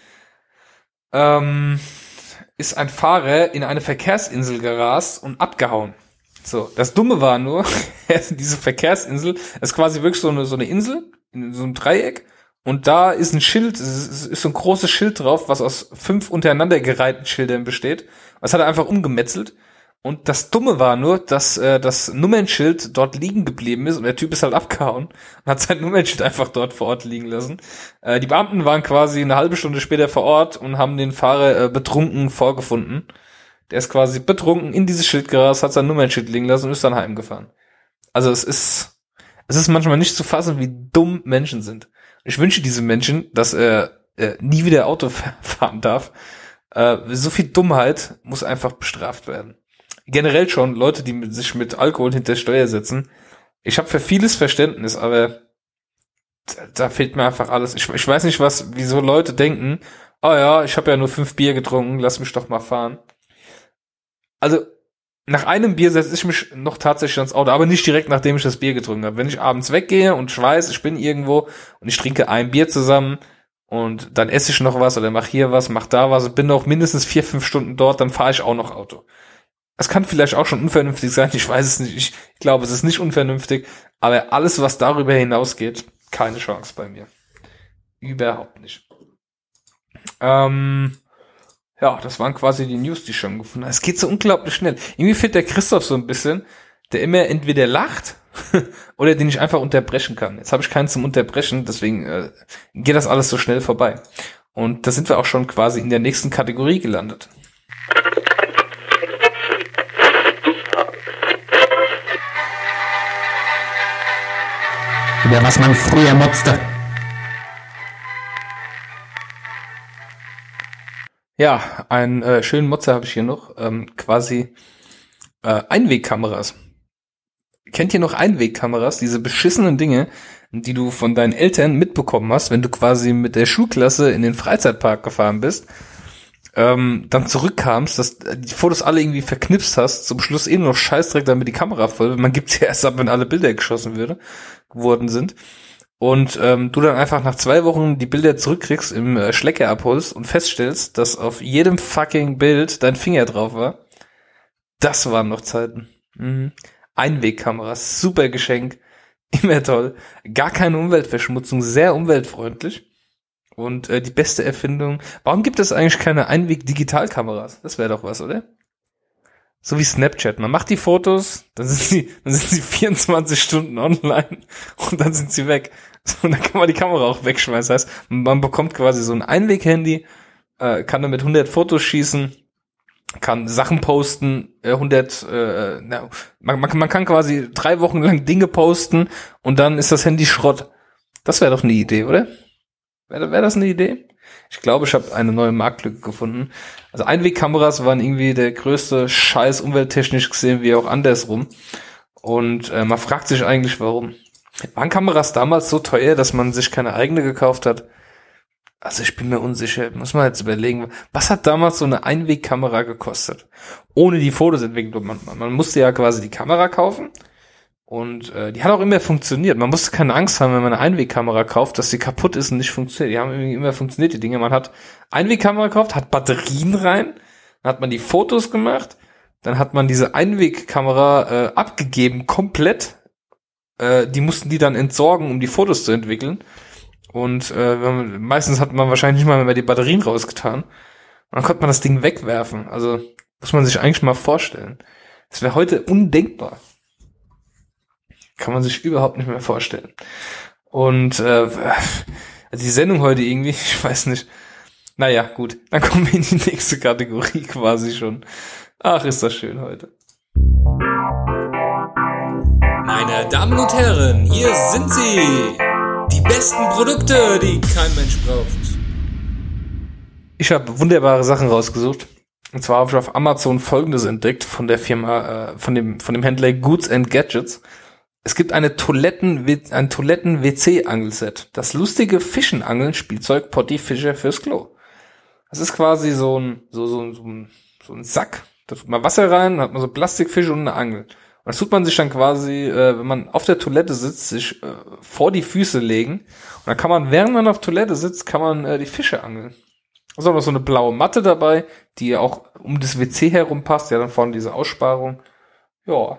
Speaker 1: ähm, ist ein Fahrer in eine Verkehrsinsel gerast und abgehauen. So, das Dumme war nur, diese Verkehrsinsel ist quasi wirklich so eine so eine Insel in so einem Dreieck und da ist ein Schild, es ist so ein großes Schild drauf, was aus fünf untereinander gereihten Schildern besteht. Das hat er einfach umgemetzelt. Und das Dumme war nur, dass äh, das Nummernschild dort liegen geblieben ist und der Typ ist halt abgehauen und hat sein Nummernschild einfach dort vor Ort liegen lassen. Äh, die Beamten waren quasi eine halbe Stunde später vor Ort und haben den Fahrer äh, betrunken vorgefunden. Der ist quasi betrunken in dieses Schild gerast, hat sein Nummernschild liegen lassen und ist dann heimgefahren. Also es ist es ist manchmal nicht zu fassen, wie dumm Menschen sind. Ich wünsche diesem Menschen, dass er äh, nie wieder Auto fahren darf. Äh, so viel Dummheit muss einfach bestraft werden. Generell schon Leute, die mit, sich mit Alkohol hinter Steuer setzen. Ich habe für vieles Verständnis, aber da, da fehlt mir einfach alles. Ich, ich weiß nicht, was, wieso Leute denken, oh ja, ich habe ja nur fünf Bier getrunken, lass mich doch mal fahren. Also nach einem Bier setze ich mich noch tatsächlich ans Auto, aber nicht direkt, nachdem ich das Bier getrunken habe. Wenn ich abends weggehe und ich weiß, ich bin irgendwo und ich trinke ein Bier zusammen und dann esse ich noch was oder mache hier was, mache da was, bin noch mindestens vier, fünf Stunden dort, dann fahre ich auch noch Auto. Es kann vielleicht auch schon unvernünftig sein, ich weiß es nicht, ich glaube, es ist nicht unvernünftig, aber alles, was darüber hinausgeht, keine Chance bei mir. Überhaupt nicht. Ähm, ja, das waren quasi die News, die ich schon gefunden habe. Es geht so unglaublich schnell. Irgendwie fehlt der Christoph so ein bisschen, der immer entweder lacht oder den ich einfach unterbrechen kann. Jetzt habe ich keinen zum Unterbrechen, deswegen äh, geht das alles so schnell vorbei. Und da sind wir auch schon quasi in der nächsten Kategorie gelandet.
Speaker 3: Über was man früher motzte.
Speaker 1: Ja, einen äh, schönen Motzer habe ich hier noch. Ähm, quasi äh, Einwegkameras. Kennt ihr noch Einwegkameras? Diese beschissenen Dinge, die du von deinen Eltern mitbekommen hast, wenn du quasi mit der Schulklasse in den Freizeitpark gefahren bist, ähm, dann zurückkamst, dass die Fotos alle irgendwie verknipst hast, zum Schluss eh nur noch Scheißdreck damit die Kamera voll. Man gibt sie erst ab, wenn alle Bilder geschossen würde, geworden sind. Und ähm, du dann einfach nach zwei Wochen die Bilder zurückkriegst, im äh, Schlecker abholst und feststellst, dass auf jedem fucking Bild dein Finger drauf war. Das waren noch Zeiten. Mhm. Einwegkameras, super Geschenk, immer toll. Gar keine Umweltverschmutzung, sehr umweltfreundlich. Und äh, die beste Erfindung. Warum gibt es eigentlich keine Einweg-Digitalkameras? Das wäre doch was, oder? So wie Snapchat. Man macht die Fotos, dann sind sie, dann sind sie vierundzwanzig Stunden online und dann sind sie weg. Und dann kann man die Kamera auch wegschmeißen. Das heißt, man bekommt quasi so ein Einweg-Handy, äh, kann damit hundert Fotos schießen, kann Sachen posten, äh, hundert, äh, na, man, man, man kann quasi drei Wochen lang Dinge posten und dann ist das Handy Schrott. Das wäre doch eine Idee, oder? Wäre wär das eine Idee? Ich glaube, ich habe eine neue Marktlücke gefunden. Also Einwegkameras waren irgendwie der größte Scheiß umwelttechnisch gesehen, wie auch andersrum. Und äh, man fragt sich eigentlich, warum. Waren Kameras damals so teuer, dass man sich keine eigene gekauft hat? Also ich bin mir unsicher. Muss man jetzt überlegen, was hat damals so eine Einwegkamera gekostet? Ohne die Fotos-Entwicklung. Man, man musste ja quasi die Kamera kaufen. Und äh, die hat auch immer funktioniert. Man musste keine Angst haben, wenn man eine Einwegkamera kauft, dass sie kaputt ist und nicht funktioniert. Die haben irgendwie immer funktioniert, die Dinge. Man hat Einwegkamera gekauft, hat Batterien rein, dann hat man die Fotos gemacht, dann hat man diese Einwegkamera äh, abgegeben, komplett. Äh, die mussten die dann entsorgen, um die Fotos zu entwickeln. Und äh, meistens hat man wahrscheinlich nicht mal mehr die Batterien rausgetan. Und dann konnte man das Ding wegwerfen. Also muss man sich eigentlich mal vorstellen. Das wäre heute undenkbar. Kann man sich überhaupt nicht mehr vorstellen. Und äh, also die Sendung heute irgendwie, ich weiß nicht, Naja, gut, dann kommen wir in die nächste Kategorie quasi schon. Ach, ist das schön heute.
Speaker 2: Meine Damen und Herren, hier sind sie. Die besten Produkte, die kein Mensch braucht.
Speaker 1: Ich habe wunderbare Sachen rausgesucht. Und zwar habe ich auf Amazon Folgendes entdeckt von der Firma, äh, von dem von dem Händler Goods and Gadgets. Es gibt eine Toiletten, ein Toiletten-W C-Angelset. Das lustige Fischenangeln-Spielzeug Potty Fischer fürs Klo. Das ist quasi so ein, so, so, so ein, so ein Sack. Da tut man Wasser rein, dann hat man so Plastikfische und eine Angel. Und das tut man sich dann quasi, äh, wenn man auf der Toilette sitzt, sich äh, vor die Füße legen. Und dann kann man, während man auf Toilette sitzt, kann man äh, die Fische angeln. Da ist auch noch so eine blaue Matte dabei, die auch um das W C herum passt. Ja, dann vorne diese Aussparung. Ja.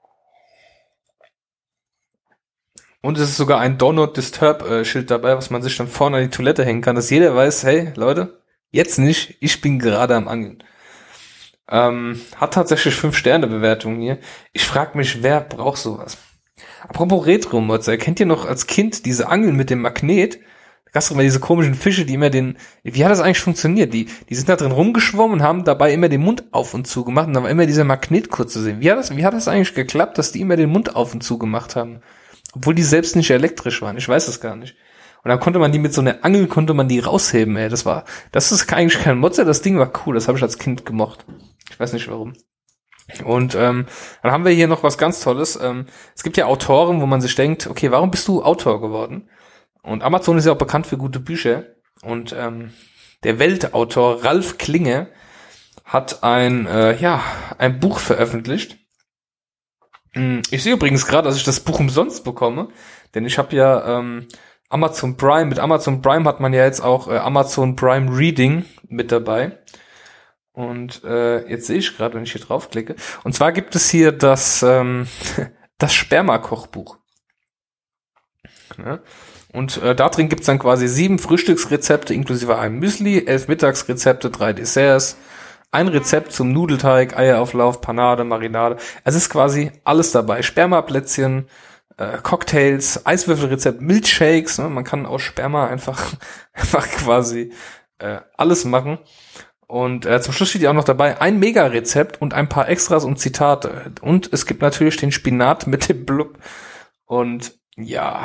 Speaker 1: Und es ist sogar ein Do Not Disturb äh, Schild dabei, was man sich dann vorne an die Toilette hängen kann, dass jeder weiß, hey, Leute, jetzt nicht, ich bin gerade am Angeln. Ähm, hat tatsächlich fünf Sterne Bewertungen hier. Ich frage mich, wer braucht sowas? Apropos Retro-Mods, kennt ihr noch als Kind diese Angeln mit dem Magnet? Da gab's doch immer diese komischen Fische, die immer den, wie hat das eigentlich funktioniert? Die, die sind da drin rumgeschwommen und haben dabei immer den Mund auf und zu gemacht und da war immer dieser Magnet kurz zu sehen. Wie hat das, wie hat das eigentlich geklappt, dass die immer den Mund auf und zu gemacht haben? Obwohl die selbst nicht elektrisch waren. Ich weiß es gar nicht. Und dann konnte man die mit so einer Angel, konnte man die rausheben, ey. Das war, das ist eigentlich kein Motzer, das Ding war cool. Das habe ich als Kind gemocht. Ich weiß nicht warum. Und ähm, dann haben wir hier noch was ganz Tolles. Ähm, es gibt ja Autoren, wo man sich denkt, okay, warum bist du Autor geworden? Und Amazon ist ja auch bekannt für gute Bücher. Und ähm, der Weltautor Ralf Klinger hat ein, äh, ja, ein Buch veröffentlicht. Ich sehe übrigens gerade, dass ich das Buch umsonst bekomme, denn ich habe ja ähm, Amazon Prime, mit Amazon Prime hat man ja jetzt auch äh, Amazon Prime Reading mit dabei. Und äh, jetzt sehe ich gerade, wenn ich hier draufklicke. Und zwar gibt es hier das ähm, das Sperma-Kochbuch. Ja? Und äh, da drin gibt es dann quasi sieben Frühstücksrezepte inklusive einem Müsli, elf Mittagsrezepte, drei Desserts, ein Rezept zum Nudelteig, Eierauflauf, Panade, Marinade. Es ist quasi alles dabei. Spermaplätzchen, äh, Cocktails, Eiswürfelrezept, Milchshakes. Ne? Man kann aus Sperma einfach, einfach quasi äh, alles machen. Und äh, zum Schluss steht ja auch noch dabei ein Mega-Rezept und ein paar Extras und Zitate. Und es gibt natürlich den Spinat mit dem Blub. Und ja,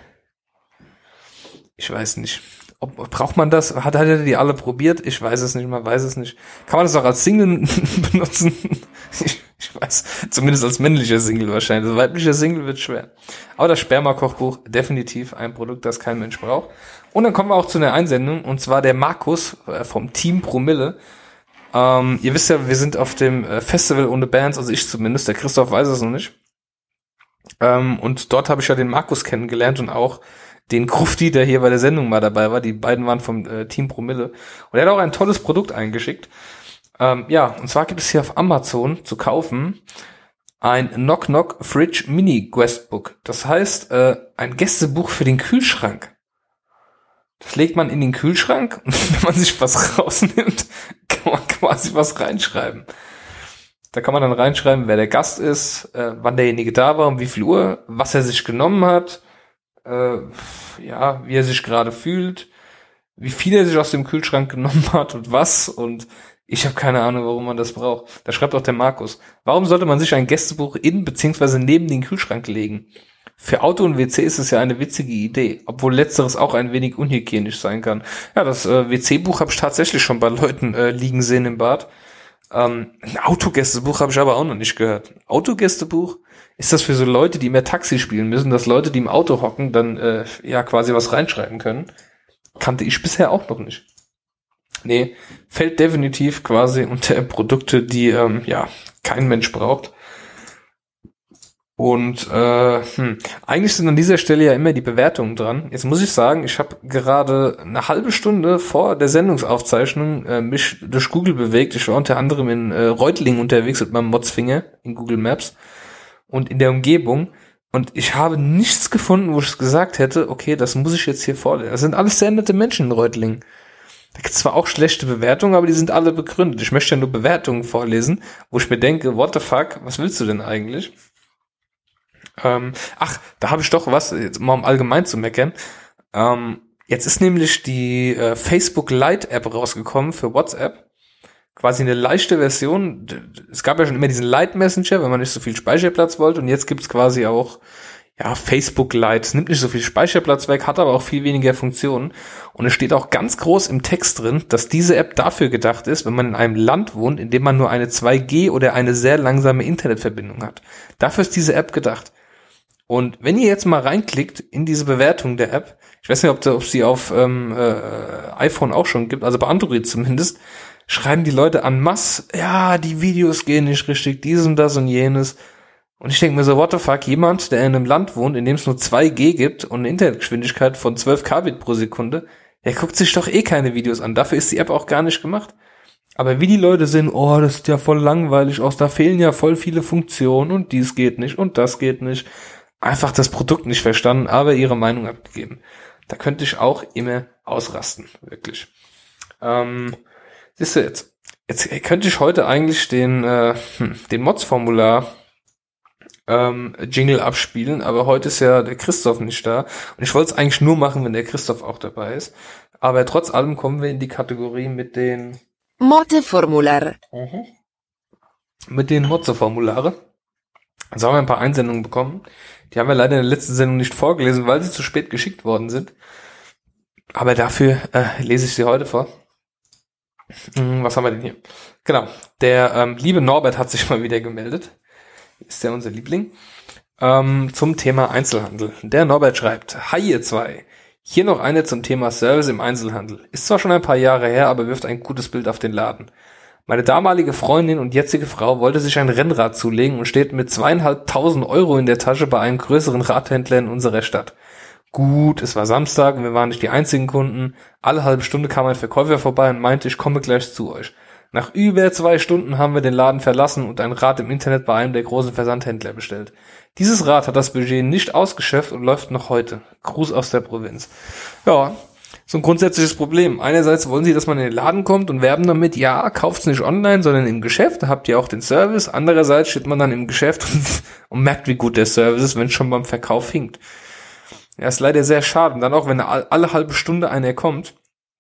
Speaker 1: ich weiß nicht. Ob, braucht man das? Hat, hat er die alle probiert? Ich weiß es nicht, man weiß es nicht. Kann man das auch als Single benutzen? Ich, ich weiß, zumindest als männlicher Single wahrscheinlich. Als weiblicher Single wird schwer. Aber das Sperma-Kochbuch, definitiv ein Produkt, das kein Mensch braucht. Und dann kommen wir auch zu einer Einsendung, und zwar der Markus äh, vom Team Promille. Ähm, ihr wisst ja, wir sind auf dem äh, Festival ohne Bands, also ich zumindest, der Christoph weiß es noch nicht. Ähm, und dort habe ich ja den Markus kennengelernt und auch den Krufti, der hier bei der Sendung mal dabei war. Die beiden waren vom äh, Team Promille. Und er hat auch ein tolles Produkt eingeschickt. Ähm, ja, und zwar gibt es hier auf Amazon zu kaufen ein Knock Knock Fridge Mini Guestbook. Das heißt, äh, ein Gästebuch für den Kühlschrank. Das legt man in den Kühlschrank und wenn man sich was rausnimmt, kann man quasi was reinschreiben. Da kann man dann reinschreiben, wer der Gast ist, äh, wann derjenige da war, um wie viel Uhr, was er sich genommen hat, äh, ja, wie er sich gerade fühlt, wie viel er sich aus dem Kühlschrank genommen hat und was. Und ich habe keine Ahnung, warum man das braucht. Da schreibt auch der Markus. Warum sollte man sich ein Gästebuch in bzw. neben den Kühlschrank legen? Für Auto und W C ist es ja eine witzige Idee, obwohl letzteres auch ein wenig unhygienisch sein kann. Ja, das äh, W C-Buch habe ich tatsächlich schon bei Leuten äh, liegen sehen im Bad. Ähm, ein Autogästebuch habe ich aber auch noch nicht gehört. Autogästebuch? Ist das für so Leute, die mehr Taxi spielen müssen, dass Leute, die im Auto hocken, dann äh, ja quasi was reinschreiben können? Kannte ich bisher auch noch nicht. Nee, fällt definitiv quasi unter Produkte, die ähm, ja kein Mensch braucht. Und äh, hm, eigentlich sind an dieser Stelle ja immer die Bewertungen dran. Jetzt muss ich sagen, ich habe gerade eine halbe Stunde vor der Sendungsaufzeichnung äh, mich durch Google bewegt. Ich war unter anderem in äh, Reutlingen unterwegs mit meinem Motzfinger in Google Maps und in der Umgebung. Und ich habe nichts gefunden, wo ich gesagt hätte, okay, das muss ich jetzt hier vorlesen. Das sind alles sehr nette Menschen in Reutlingen. Da gibt es zwar auch schlechte Bewertungen, aber die sind alle begründet. Ich möchte ja nur Bewertungen vorlesen, wo ich mir denke, what the fuck, was willst du denn eigentlich? Ähm, ach, da habe ich doch was, jetzt mal um allgemein zu meckern. Ähm, jetzt ist nämlich die äh, Facebook Lite App rausgekommen für WhatsApp. Quasi eine leichte Version. Es gab ja schon immer diesen Lite Messenger, wenn man nicht so viel Speicherplatz wollte. Und jetzt gibt's quasi auch ja Facebook Lite. Es nimmt nicht so viel Speicherplatz weg, hat aber auch viel weniger Funktionen. Und es steht auch ganz groß im Text drin, dass diese App dafür gedacht ist, wenn man in einem Land wohnt, in dem man nur eine zwei G oder eine sehr langsame Internetverbindung hat. Dafür ist diese App gedacht. Und wenn ihr jetzt mal reinklickt in diese Bewertung der App, ich weiß nicht, ob es sie auf ähm, äh, iPhone auch schon gibt, also bei Android zumindest, schreiben die Leute en masse, ja, die Videos gehen nicht richtig, dies und das und jenes. Und ich denke mir so, what the fuck, jemand, der in einem Land wohnt, in dem es nur zwei G gibt und eine Internetgeschwindigkeit von zwölf Kbit pro Sekunde, der guckt sich doch eh keine Videos an. Dafür ist die App auch gar nicht gemacht. Aber wie die Leute sind, oh, das ist ja voll langweilig aus, da fehlen ja voll viele Funktionen und dies geht nicht und das geht nicht. Einfach das Produkt nicht verstanden, aber ihre Meinung abgegeben. Da könnte ich auch immer ausrasten, wirklich. Ähm, siehst du jetzt, jetzt könnte ich heute eigentlich den, äh, den Mods-Formular ähm, Jingle abspielen, aber heute ist ja der Christoph nicht da. Und ich wollte es eigentlich nur machen, wenn der Christoph auch dabei ist. Aber trotz allem kommen wir in die Kategorie mit den
Speaker 3: Mod-Formular.
Speaker 1: Mhm. Mit den Mod-Formulare. Also haben wir ein paar Einsendungen bekommen. Die haben wir leider in der letzten Sendung nicht vorgelesen, weil sie zu spät geschickt worden sind. Aber dafür äh, lese ich sie heute vor. Hm, was haben wir denn hier? Genau, der ähm, liebe Norbert hat sich mal wieder gemeldet. Ist der unser Liebling. Ähm, zum Thema Einzelhandel. Der Norbert schreibt, hi ihr zwei. Hier noch eine zum Thema Service im Einzelhandel. Ist zwar schon ein paar Jahre her, aber wirft ein gutes Bild auf den Laden. Meine damalige Freundin und jetzige Frau wollte sich ein Rennrad zulegen und steht mit zweieinhalbtausend Euro in der Tasche bei einem größeren Radhändler in unserer Stadt. Gut, es war Samstag und wir waren nicht die einzigen Kunden. Alle halbe Stunde kam ein Verkäufer vorbei und meinte, ich komme gleich zu euch. Nach über zwei Stunden haben wir den Laden verlassen und ein Rad im Internet bei einem der großen Versandhändler bestellt. Dieses Rad hat das Budget nicht ausgeschöpft und läuft noch heute. Gruß aus der Provinz. Ja, so ein grundsätzliches Problem. Einerseits wollen sie, dass man in den Laden kommt und werben damit, ja, kauft's nicht online, sondern im Geschäft, da habt ihr auch den Service. Andererseits steht man dann im Geschäft und, und merkt, wie gut der Service ist, wenn es schon beim Verkauf hinkt. Ja, ist leider sehr schade. Und dann auch, wenn alle halbe Stunde einer kommt.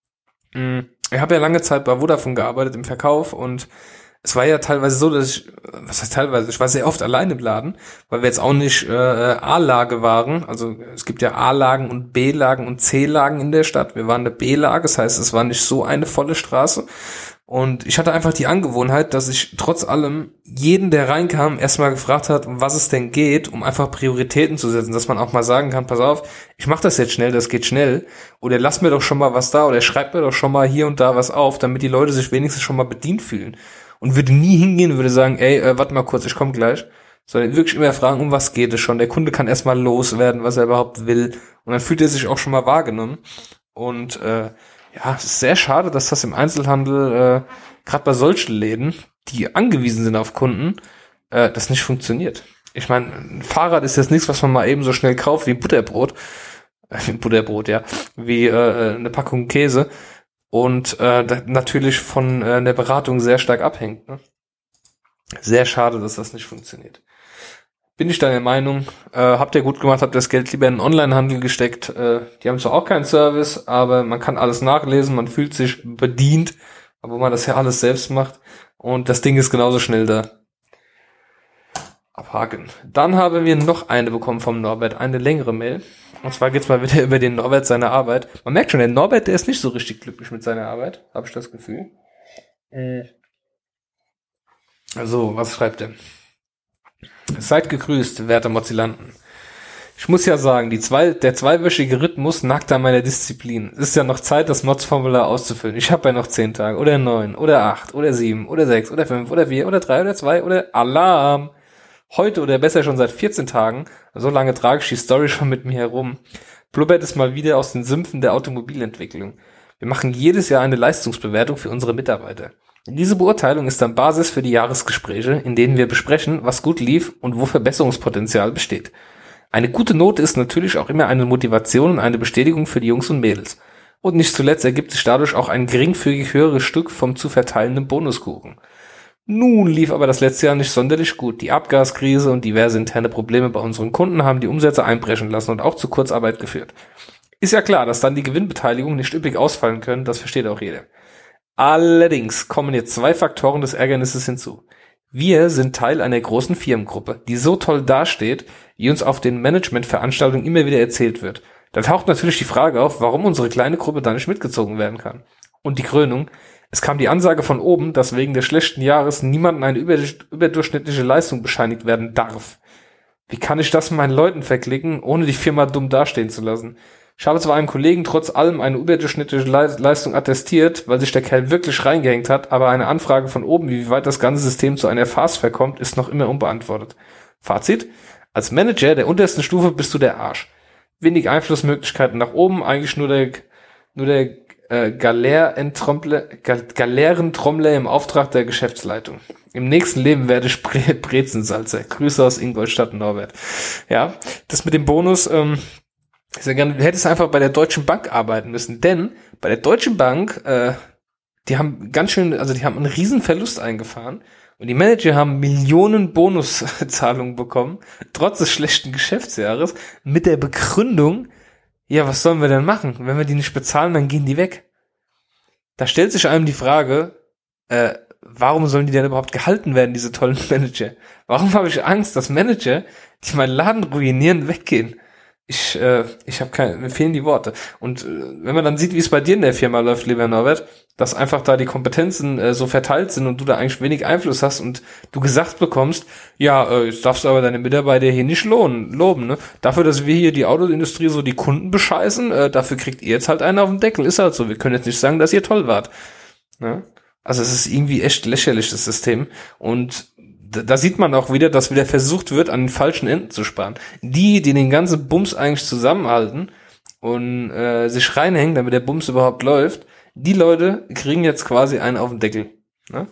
Speaker 1: Ich habe ja lange Zeit bei Vodafone gearbeitet im Verkauf und es war ja teilweise so, dass ich, was heißt teilweise, ich war sehr oft allein im Laden, weil wir jetzt auch nicht äh, A-Lage waren. Also es gibt ja A-Lagen und B-Lagen und C-Lagen in der Stadt. Wir waren eine B-Lage, das heißt, es war nicht so eine volle Straße. Und ich hatte einfach die Angewohnheit, dass ich trotz allem jeden, der reinkam, erstmal gefragt hat, um was es denn geht, um einfach Prioritäten zu setzen, dass man auch mal sagen kann, pass auf, ich mach das jetzt schnell, das geht schnell, oder lass mir doch schon mal was da, oder schreib mir doch schon mal hier und da was auf, damit die Leute sich wenigstens schon mal bedient fühlen. Und würde nie hingehen und würde sagen, ey, äh, warte mal kurz, ich komme gleich. Sondern wirklich immer fragen, um was geht es schon. Der Kunde kann erstmal loswerden, was er überhaupt will. Und dann fühlt er sich auch schon mal wahrgenommen. Und äh, ja, es ist sehr schade, dass das im Einzelhandel, äh, gerade bei solchen Läden, die angewiesen sind auf Kunden, äh, das nicht funktioniert. Ich meine, ein Fahrrad ist jetzt nichts, was man mal eben so schnell kauft wie ein Butterbrot. Äh, Butterbrot, ja. Wie äh, eine Packung Käse. Und äh, natürlich von äh, der Beratung sehr stark abhängt. Ne? Sehr schade, dass das nicht funktioniert. Bin ich deiner Meinung, äh, habt ihr gut gemacht, habt das Geld lieber in den Onlinehandel gesteckt. Äh, die haben zwar auch keinen Service, aber man kann alles nachlesen, man fühlt sich bedient, obwohl man das ja alles selbst macht. Und das Ding ist genauso schnell da. Abhaken. Dann haben wir noch eine bekommen vom Norbert, eine längere Mail. Und zwar geht's mal wieder über den Norbert, seine Arbeit. Man merkt schon, der Norbert, der ist nicht so richtig glücklich mit seiner Arbeit, habe ich das Gefühl. Äh. Also, was schreibt er? Seid gegrüßt, werte Mozilanten. Ich muss ja sagen, die zwei, der zweiwöchige Rhythmus nagt an meiner Disziplin. Es ist ja noch Zeit, das Mods-Formular auszufüllen. Ich habe ja noch zehn Tage, oder neun, oder acht, oder sieben, oder sechs, oder fünf, oder vier, oder drei, oder zwei, oder Alarm. Heute oder besser schon seit vierzehn Tagen, so lange trage ich die Story schon mit mir herum, blubbert es mal wieder aus den Sümpfen der Automobilentwicklung. Wir machen jedes Jahr eine Leistungsbewertung für unsere Mitarbeiter. Diese Beurteilung ist dann Basis für die Jahresgespräche, in denen wir besprechen, was gut lief und wo Verbesserungspotenzial besteht. Eine gute Note ist natürlich auch immer eine Motivation und eine Bestätigung für die Jungs und Mädels. Und nicht zuletzt ergibt sich dadurch auch ein geringfügig höheres Stück vom zu verteilenden Bonuskuchen. Nun lief aber das letzte Jahr nicht sonderlich gut. Die Abgaskrise und diverse interne Probleme bei unseren Kunden haben die Umsätze einbrechen lassen und auch zu Kurzarbeit geführt. Ist ja klar, dass dann die Gewinnbeteiligung nicht üppig ausfallen können, das versteht auch jeder. Allerdings kommen jetzt zwei Faktoren des Ärgernisses hinzu. Wir sind Teil einer großen Firmengruppe, die so toll dasteht, wie uns auf den Managementveranstaltungen immer wieder erzählt wird. Da taucht natürlich die Frage auf, warum unsere kleine Gruppe da nicht mitgezogen werden kann. Und die Krönung: Es kam die Ansage von oben, dass wegen des schlechten Jahres niemandem eine überdurchschnittliche Leistung bescheinigt werden darf. Wie kann ich das meinen Leuten verklicken, ohne die Firma dumm dastehen zu lassen? Ich habe zwar einem Kollegen trotz allem eine überdurchschnittliche Leistung attestiert, weil sich der Kerl wirklich reingehängt hat, aber eine Anfrage von oben, wie weit das ganze System zu einer Farce verkommt, ist noch immer unbeantwortet. Fazit: Als Manager der untersten Stufe bist du der Arsch. Wenig Einflussmöglichkeiten nach oben, eigentlich nur der nur der äh, Galeerentrommler Gal- Galeerentrommler im Auftrag der Geschäftsleitung. Im nächsten Leben werde ich Bre- Brezensalzer. Grüße aus Ingolstadt, Norbert. Ja, das mit dem Bonus, ähm, sehr gerne, du hättest einfach bei der Deutschen Bank arbeiten müssen, denn bei der Deutschen Bank, äh, die haben ganz schön, also die haben einen riesen Verlust eingefahren und die Manager haben Millionen Bonuszahlungen bekommen, trotz des schlechten Geschäftsjahres, mit der Begründung, ja, was sollen wir denn machen? Wenn wir die nicht bezahlen, dann gehen die weg. Da stellt sich einem die Frage, äh, warum sollen die denn überhaupt gehalten werden, diese tollen Manager? Warum habe ich Angst, dass Manager, die meinen Laden ruinieren, weggehen? Ich, äh, ich habe keine, mir fehlen die Worte. Und äh, wenn man dann sieht, wie es bei dir in der Firma läuft, lieber Norbert, dass einfach da die Kompetenzen äh, so verteilt sind und du da eigentlich wenig Einfluss hast und du gesagt bekommst, ja, äh, jetzt darfst du aber deine Mitarbeiter hier nicht lohnen, loben, ne? Dafür, dass wir hier die Autoindustrie so die Kunden bescheißen, äh, dafür kriegt ihr jetzt halt einen auf den Deckel. Ist halt so. Wir können jetzt nicht sagen, dass ihr toll wart. Ne? Also es ist irgendwie echt lächerlich, das System. Und da sieht man auch wieder, dass wieder versucht wird, an den falschen Enden zu sparen. Die, die den ganzen Bums eigentlich zusammenhalten und äh, sich reinhängen, damit der Bums überhaupt läuft, die Leute kriegen jetzt quasi einen auf den Deckel. Ne?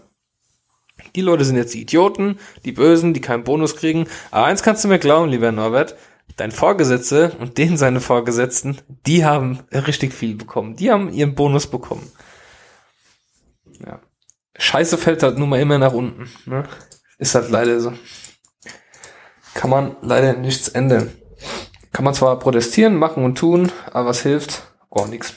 Speaker 1: Die Leute sind jetzt die Idioten, die Bösen, die keinen Bonus kriegen. Aber eins kannst du mir glauben, lieber Norbert, dein Vorgesetzte und denen seine Vorgesetzten, die haben richtig viel bekommen. Die haben ihren Bonus bekommen. Ja. Scheiße fällt halt nun mal immer nach unten. Ne? Ist halt leider so. Kann man leider nichts ändern. Kann man zwar protestieren, machen und tun, aber was hilft? Gar nichts.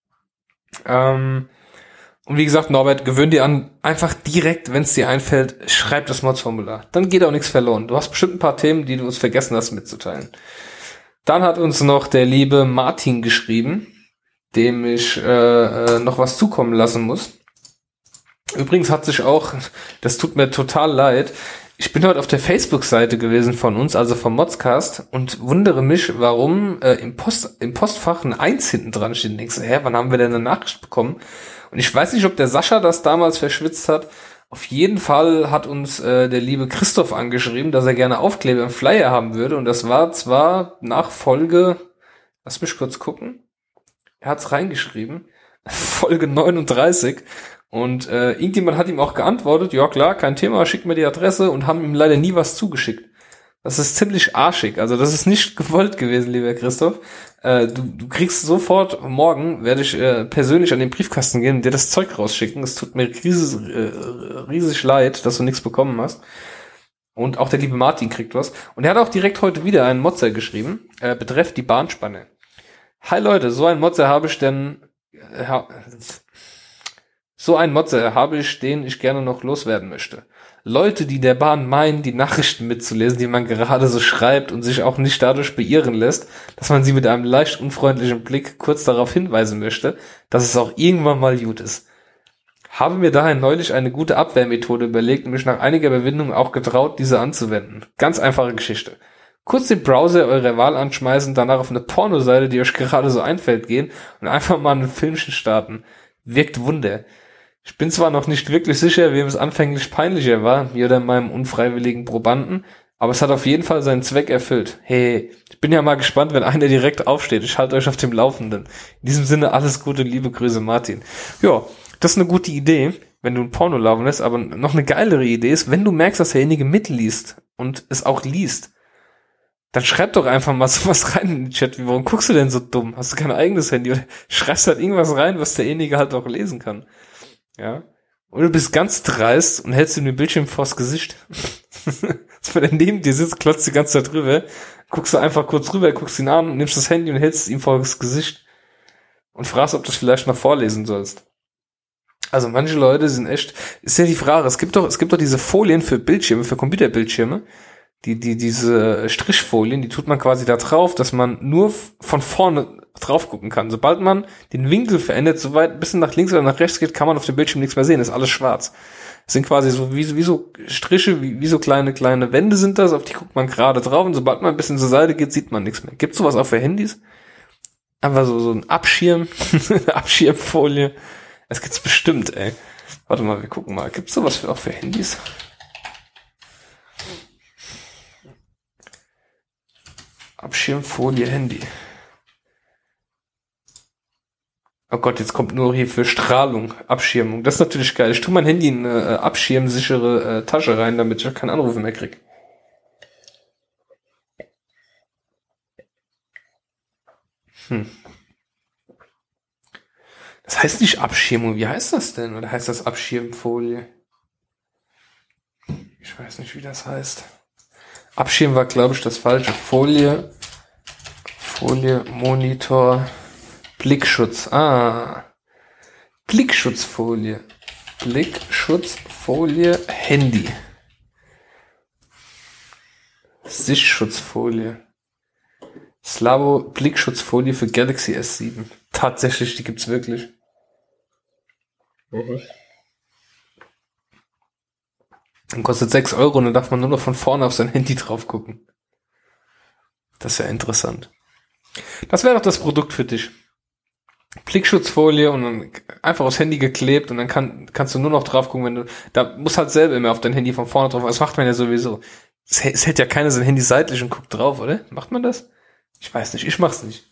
Speaker 1: Ähm, und wie gesagt, Norbert, gewöhn dir an, einfach direkt, wenn es dir einfällt, schreib das Mods-Formular. Dann geht auch nichts verloren. Du hast bestimmt ein paar Themen, die du uns vergessen hast mitzuteilen. Dann hat uns noch der liebe Martin geschrieben, dem ich äh, noch was zukommen lassen muss. Übrigens hat sich auch, das tut mir total leid, ich bin heute auf der Facebook-Seite gewesen von uns, also vom Modscast, und wundere mich, warum äh, im, Post, im Postfach ein Eins hinten dran steht. Und denkst du, hä, wann haben wir denn eine Nachricht bekommen? Und ich weiß nicht, ob der Sascha das damals verschwitzt hat. Auf jeden Fall hat uns äh, der liebe Christoph angeschrieben, dass er gerne Aufkleber im Flyer haben würde. Und das war zwar nach Folge, lass mich kurz gucken, er hat's reingeschrieben, Folge neununddreißig. Und äh, irgendjemand hat ihm auch geantwortet, ja klar, kein Thema, schick mir die Adresse, und haben ihm leider nie was zugeschickt. Das ist ziemlich arschig, also das ist nicht gewollt gewesen, lieber Christoph. Äh, du, du kriegst sofort, morgen werde ich äh, persönlich an den Briefkasten gehen und dir das Zeug rausschicken. Es tut mir riesig, äh, riesig leid, dass du nichts bekommen hast. Und auch der liebe Martin kriegt was. Und er hat auch direkt heute wieder einen Motzer geschrieben, äh, betreff die Bahnspanne. Hi Leute, so ein Motzer habe ich denn... Äh, So ein Motze habe ich, den ich gerne noch loswerden möchte. Leute, die der Bahn meinen, die Nachrichten mitzulesen, die man gerade so schreibt, und sich auch nicht dadurch beirren lässt, dass man sie mit einem leicht unfreundlichen Blick kurz darauf hinweisen möchte, dass es auch irgendwann mal gut ist. Habe mir daher neulich eine gute Abwehrmethode überlegt und mich nach einiger Überwindung auch getraut, diese anzuwenden. Ganz einfache Geschichte. Kurz den Browser eurer Wahl anschmeißen, danach auf eine Pornoseite, die euch gerade so einfällt, gehen und einfach mal ein Filmchen starten. Wirkt Wunder. Ich bin zwar noch nicht wirklich sicher, wem es anfänglich peinlicher war, mir oder meinem unfreiwilligen Probanden, aber es hat auf jeden Fall seinen Zweck erfüllt. Hey, ich bin ja mal gespannt, wenn einer direkt aufsteht. Ich halte euch auf dem Laufenden. In diesem Sinne alles Gute, liebe Grüße, Martin. Ja, das ist eine gute Idee, wenn du ein Porno laufen lässt, aber noch eine geilere Idee ist, wenn du merkst, dass derjenige mitliest und es auch liest, dann schreib doch einfach mal sowas rein in den Chat. Warum guckst du denn so dumm? Hast du kein eigenes Handy? Oder schreibst halt irgendwas rein, was derjenige halt auch lesen kann. Ja. Oder du bist ganz dreist und hältst ihm den Bildschirm vors Gesicht. wenn er neben dir sitzt, klotzt die ganze Zeit drüber, guckst du einfach kurz rüber, guckst ihn an, nimmst das Handy und hältst es ihm vor das Gesicht und fragst, ob du es vielleicht noch vorlesen sollst. Also manche Leute sind echt, ist ja die Frage, es gibt doch, es gibt doch diese Folien für Bildschirme, für Computerbildschirme, die, die, diese Strichfolien, die tut man quasi da drauf, dass man nur von vorne drauf gucken kann. Sobald man den Winkel verändert, so weit ein bisschen nach links oder nach rechts geht, kann man auf dem Bildschirm nichts mehr sehen, ist alles schwarz. Das sind quasi so, wie, wie so Striche, wie, wie so kleine, kleine Wände sind das, auf die guckt man gerade drauf und sobald man ein bisschen zur Seite geht, sieht man nichts mehr. Gibt's sowas auch für Handys? Einfach so, so ein Abschirm, eine Abschirmfolie. Das gibt's bestimmt, ey. Warte mal, wir gucken mal. Gibt's sowas für, auch für Handys? Abschirmfolie Handy. Oh Gott, jetzt kommt nur hier für Strahlung, Abschirmung. Das ist natürlich geil. Ich tue mein Handy in eine äh, abschirmsichere äh, Tasche rein, damit ich keine Anrufe mehr kriege. Hm. Das heißt nicht Abschirmung. Wie heißt das denn? Oder heißt das Abschirmfolie? Ich weiß nicht, wie das heißt. Abschirmen war, glaube ich, das falsche. Folie, Folie, Monitor, Blickschutz. Ah, Blickschutzfolie. Blickschutzfolie, Handy. Sichtschutzfolie. Slavo Blickschutzfolie für Galaxy S sieben. Tatsächlich, die gibt's wirklich. Mhm. Dann kostet sechs Euro und dann darf man nur noch von vorne auf sein Handy drauf gucken. Das ist ja interessant. Das wäre doch das Produkt für dich. Blickschutzfolie und dann einfach aufs Handy geklebt und dann kann, kannst du nur noch drauf gucken, wenn du, da muss halt selber immer auf dein Handy von vorne drauf, das macht man ja sowieso. Es, es hält ja keiner sein Handy seitlich und guckt drauf, oder? Macht man das? Ich weiß nicht, ich mach's nicht.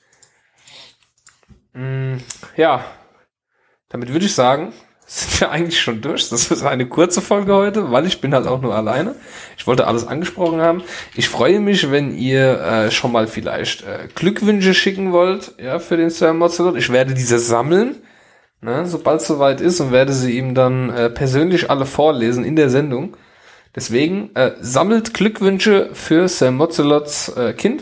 Speaker 1: Mm, ja, damit würde ich sagen, sind wir eigentlich schon durch. Das ist eine kurze Folge heute, weil ich bin halt auch nur alleine. Ich wollte alles angesprochen haben. Ich freue mich, wenn ihr äh, schon mal vielleicht äh, Glückwünsche schicken wollt, ja, für den Sir Mozzelot. Ich werde diese sammeln, ne, sobald es soweit ist und werde sie ihm dann äh, persönlich alle vorlesen in der Sendung. Deswegen äh, sammelt Glückwünsche für Sir Mozzelots äh, Kind.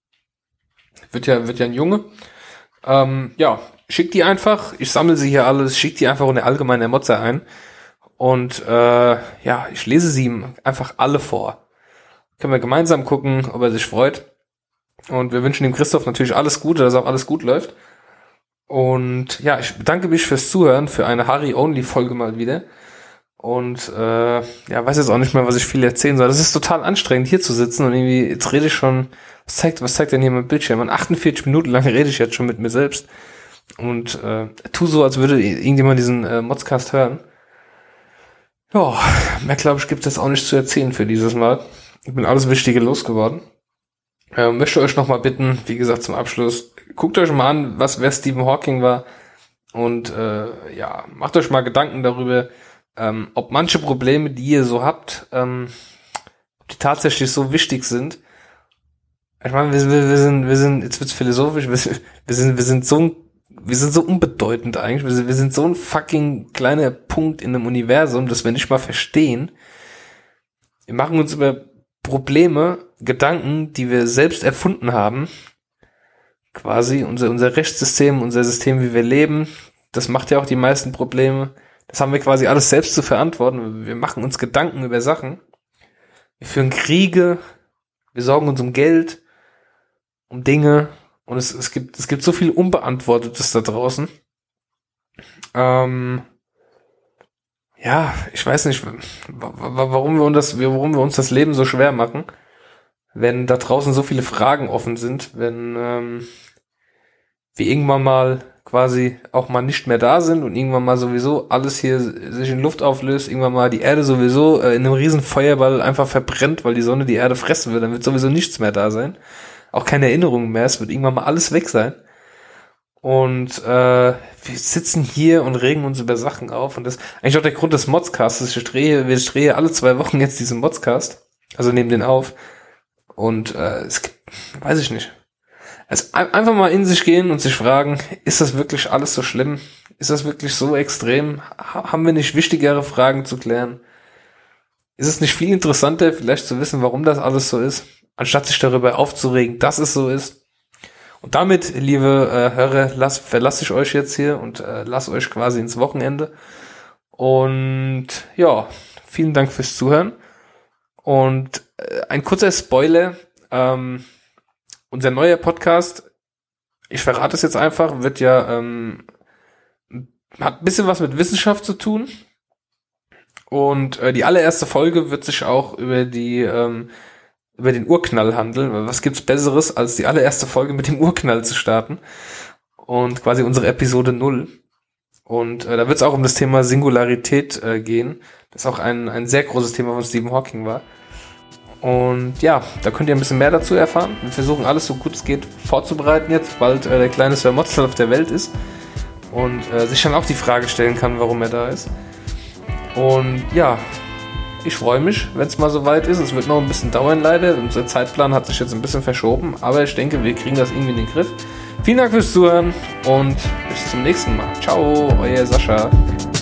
Speaker 1: Wird ja, wird ja ein Junge. Ähm, ja, schickt die einfach. Ich sammle sie hier alles. Schickt die einfach in der allgemeinen Motze ein. Und äh, ja, ich lese sie ihm einfach alle vor. Können wir gemeinsam gucken, ob er sich freut. Und wir wünschen dem Christoph natürlich alles Gute, dass auch alles gut läuft. Und ja, ich bedanke mich fürs Zuhören, für eine Harry-Only-Folge mal wieder. Und äh, ja, weiß jetzt auch nicht mehr, was ich viel erzählen soll. Das ist total anstrengend, hier zu sitzen und irgendwie, jetzt rede ich schon, was zeigt, was zeigt denn hier mein Bildschirm? Man, achtundvierzig Minuten lang rede ich jetzt schon mit mir selbst und äh, tu so, als würde irgendjemand diesen äh, Modscast hören. Ja, mehr glaube ich, gibt es jetzt auch nicht zu erzählen für dieses Mal. Ich bin alles Wichtige losgeworden. Äh, möchte euch nochmal bitten, wie gesagt, zum Abschluss, guckt euch mal an, was wer Stephen Hawking war und äh, ja, macht euch mal Gedanken darüber, Ähm, ob manche Probleme, die ihr so habt, ähm, ob die tatsächlich so wichtig sind. Ich meine, wir, wir, wir sind, wir sind, jetzt wird's philosophisch, wir, wir sind, wir sind so, wir sind so unbedeutend eigentlich. Wir sind, wir sind so ein fucking kleiner Punkt in einem Universum, das wir nicht mal verstehen. Wir machen uns über Probleme, Gedanken, die wir selbst erfunden haben. Quasi unser, unser Rechtssystem, unser System, wie wir leben, das macht ja auch die meisten Probleme. Das haben wir quasi alles selbst zu verantworten. Wir machen uns Gedanken über Sachen. Wir führen Kriege. Wir sorgen uns um Geld, um Dinge. Und es, es gibt, es gibt so viel Unbeantwortetes da draußen. Ähm, ja, ich weiß nicht, warum wir uns das, warum wir uns das Leben so schwer machen, wenn da draußen so viele Fragen offen sind, wenn ähm, wir irgendwann mal quasi auch mal nicht mehr da sind und irgendwann mal sowieso alles hier sich in Luft auflöst, irgendwann mal die Erde sowieso äh, in einem riesen Feuerball einfach verbrennt, weil die Sonne die Erde fressen will, dann wird sowieso nichts mehr da sein. Auch keine Erinnerungen mehr, es wird irgendwann mal alles weg sein. Und äh, wir sitzen hier und regen uns über Sachen auf und das ist eigentlich auch der Grund des Modscasts. Ich drehe, ich drehe alle zwei Wochen jetzt diesen Modscast, also nehmen den auf und äh, es gibt, weiß ich nicht. Also einfach mal in sich gehen und sich fragen, ist das wirklich alles so schlimm? Ist das wirklich so extrem? Haben wir nicht wichtigere Fragen zu klären? ist es nicht viel interessanter, vielleicht zu wissen, warum das alles so ist, anstatt sich darüber aufzuregen, dass es so ist. Und damit, liebe äh, Hörer, lass, verlasse ich euch jetzt hier und äh, lasse euch quasi ins Wochenende. Und ja, vielen Dank fürs Zuhören. Und äh, ein kurzer Spoiler, ähm, unser neuer Podcast, ich verrate es jetzt einfach, wird ja, ähm, hat ein bisschen was mit Wissenschaft zu tun. Und äh, die allererste Folge wird sich auch über die, ähm, über den Urknall handeln. Was gibt's Besseres, als die allererste Folge mit dem Urknall zu starten? Und quasi unsere Episode null. Und äh, da wird es auch um das Thema Singularität äh, gehen. Das auch ein, ein sehr großes Thema von Stephen Hawking war. Und ja, da könnt ihr ein bisschen mehr dazu erfahren. Wir versuchen alles so gut es geht vorzubereiten jetzt, bald äh, der kleine Sir Motzel auf der Welt ist. Und äh, sich dann auch die Frage stellen kann, warum er da ist. Und ja, ich freue mich, wenn es mal soweit ist. Es wird noch ein bisschen dauern leider. Unser Zeitplan hat sich jetzt ein bisschen verschoben. Aber ich denke, wir kriegen das irgendwie in den Griff. Vielen Dank fürs Zuhören und bis zum nächsten Mal. Ciao, euer Sascha.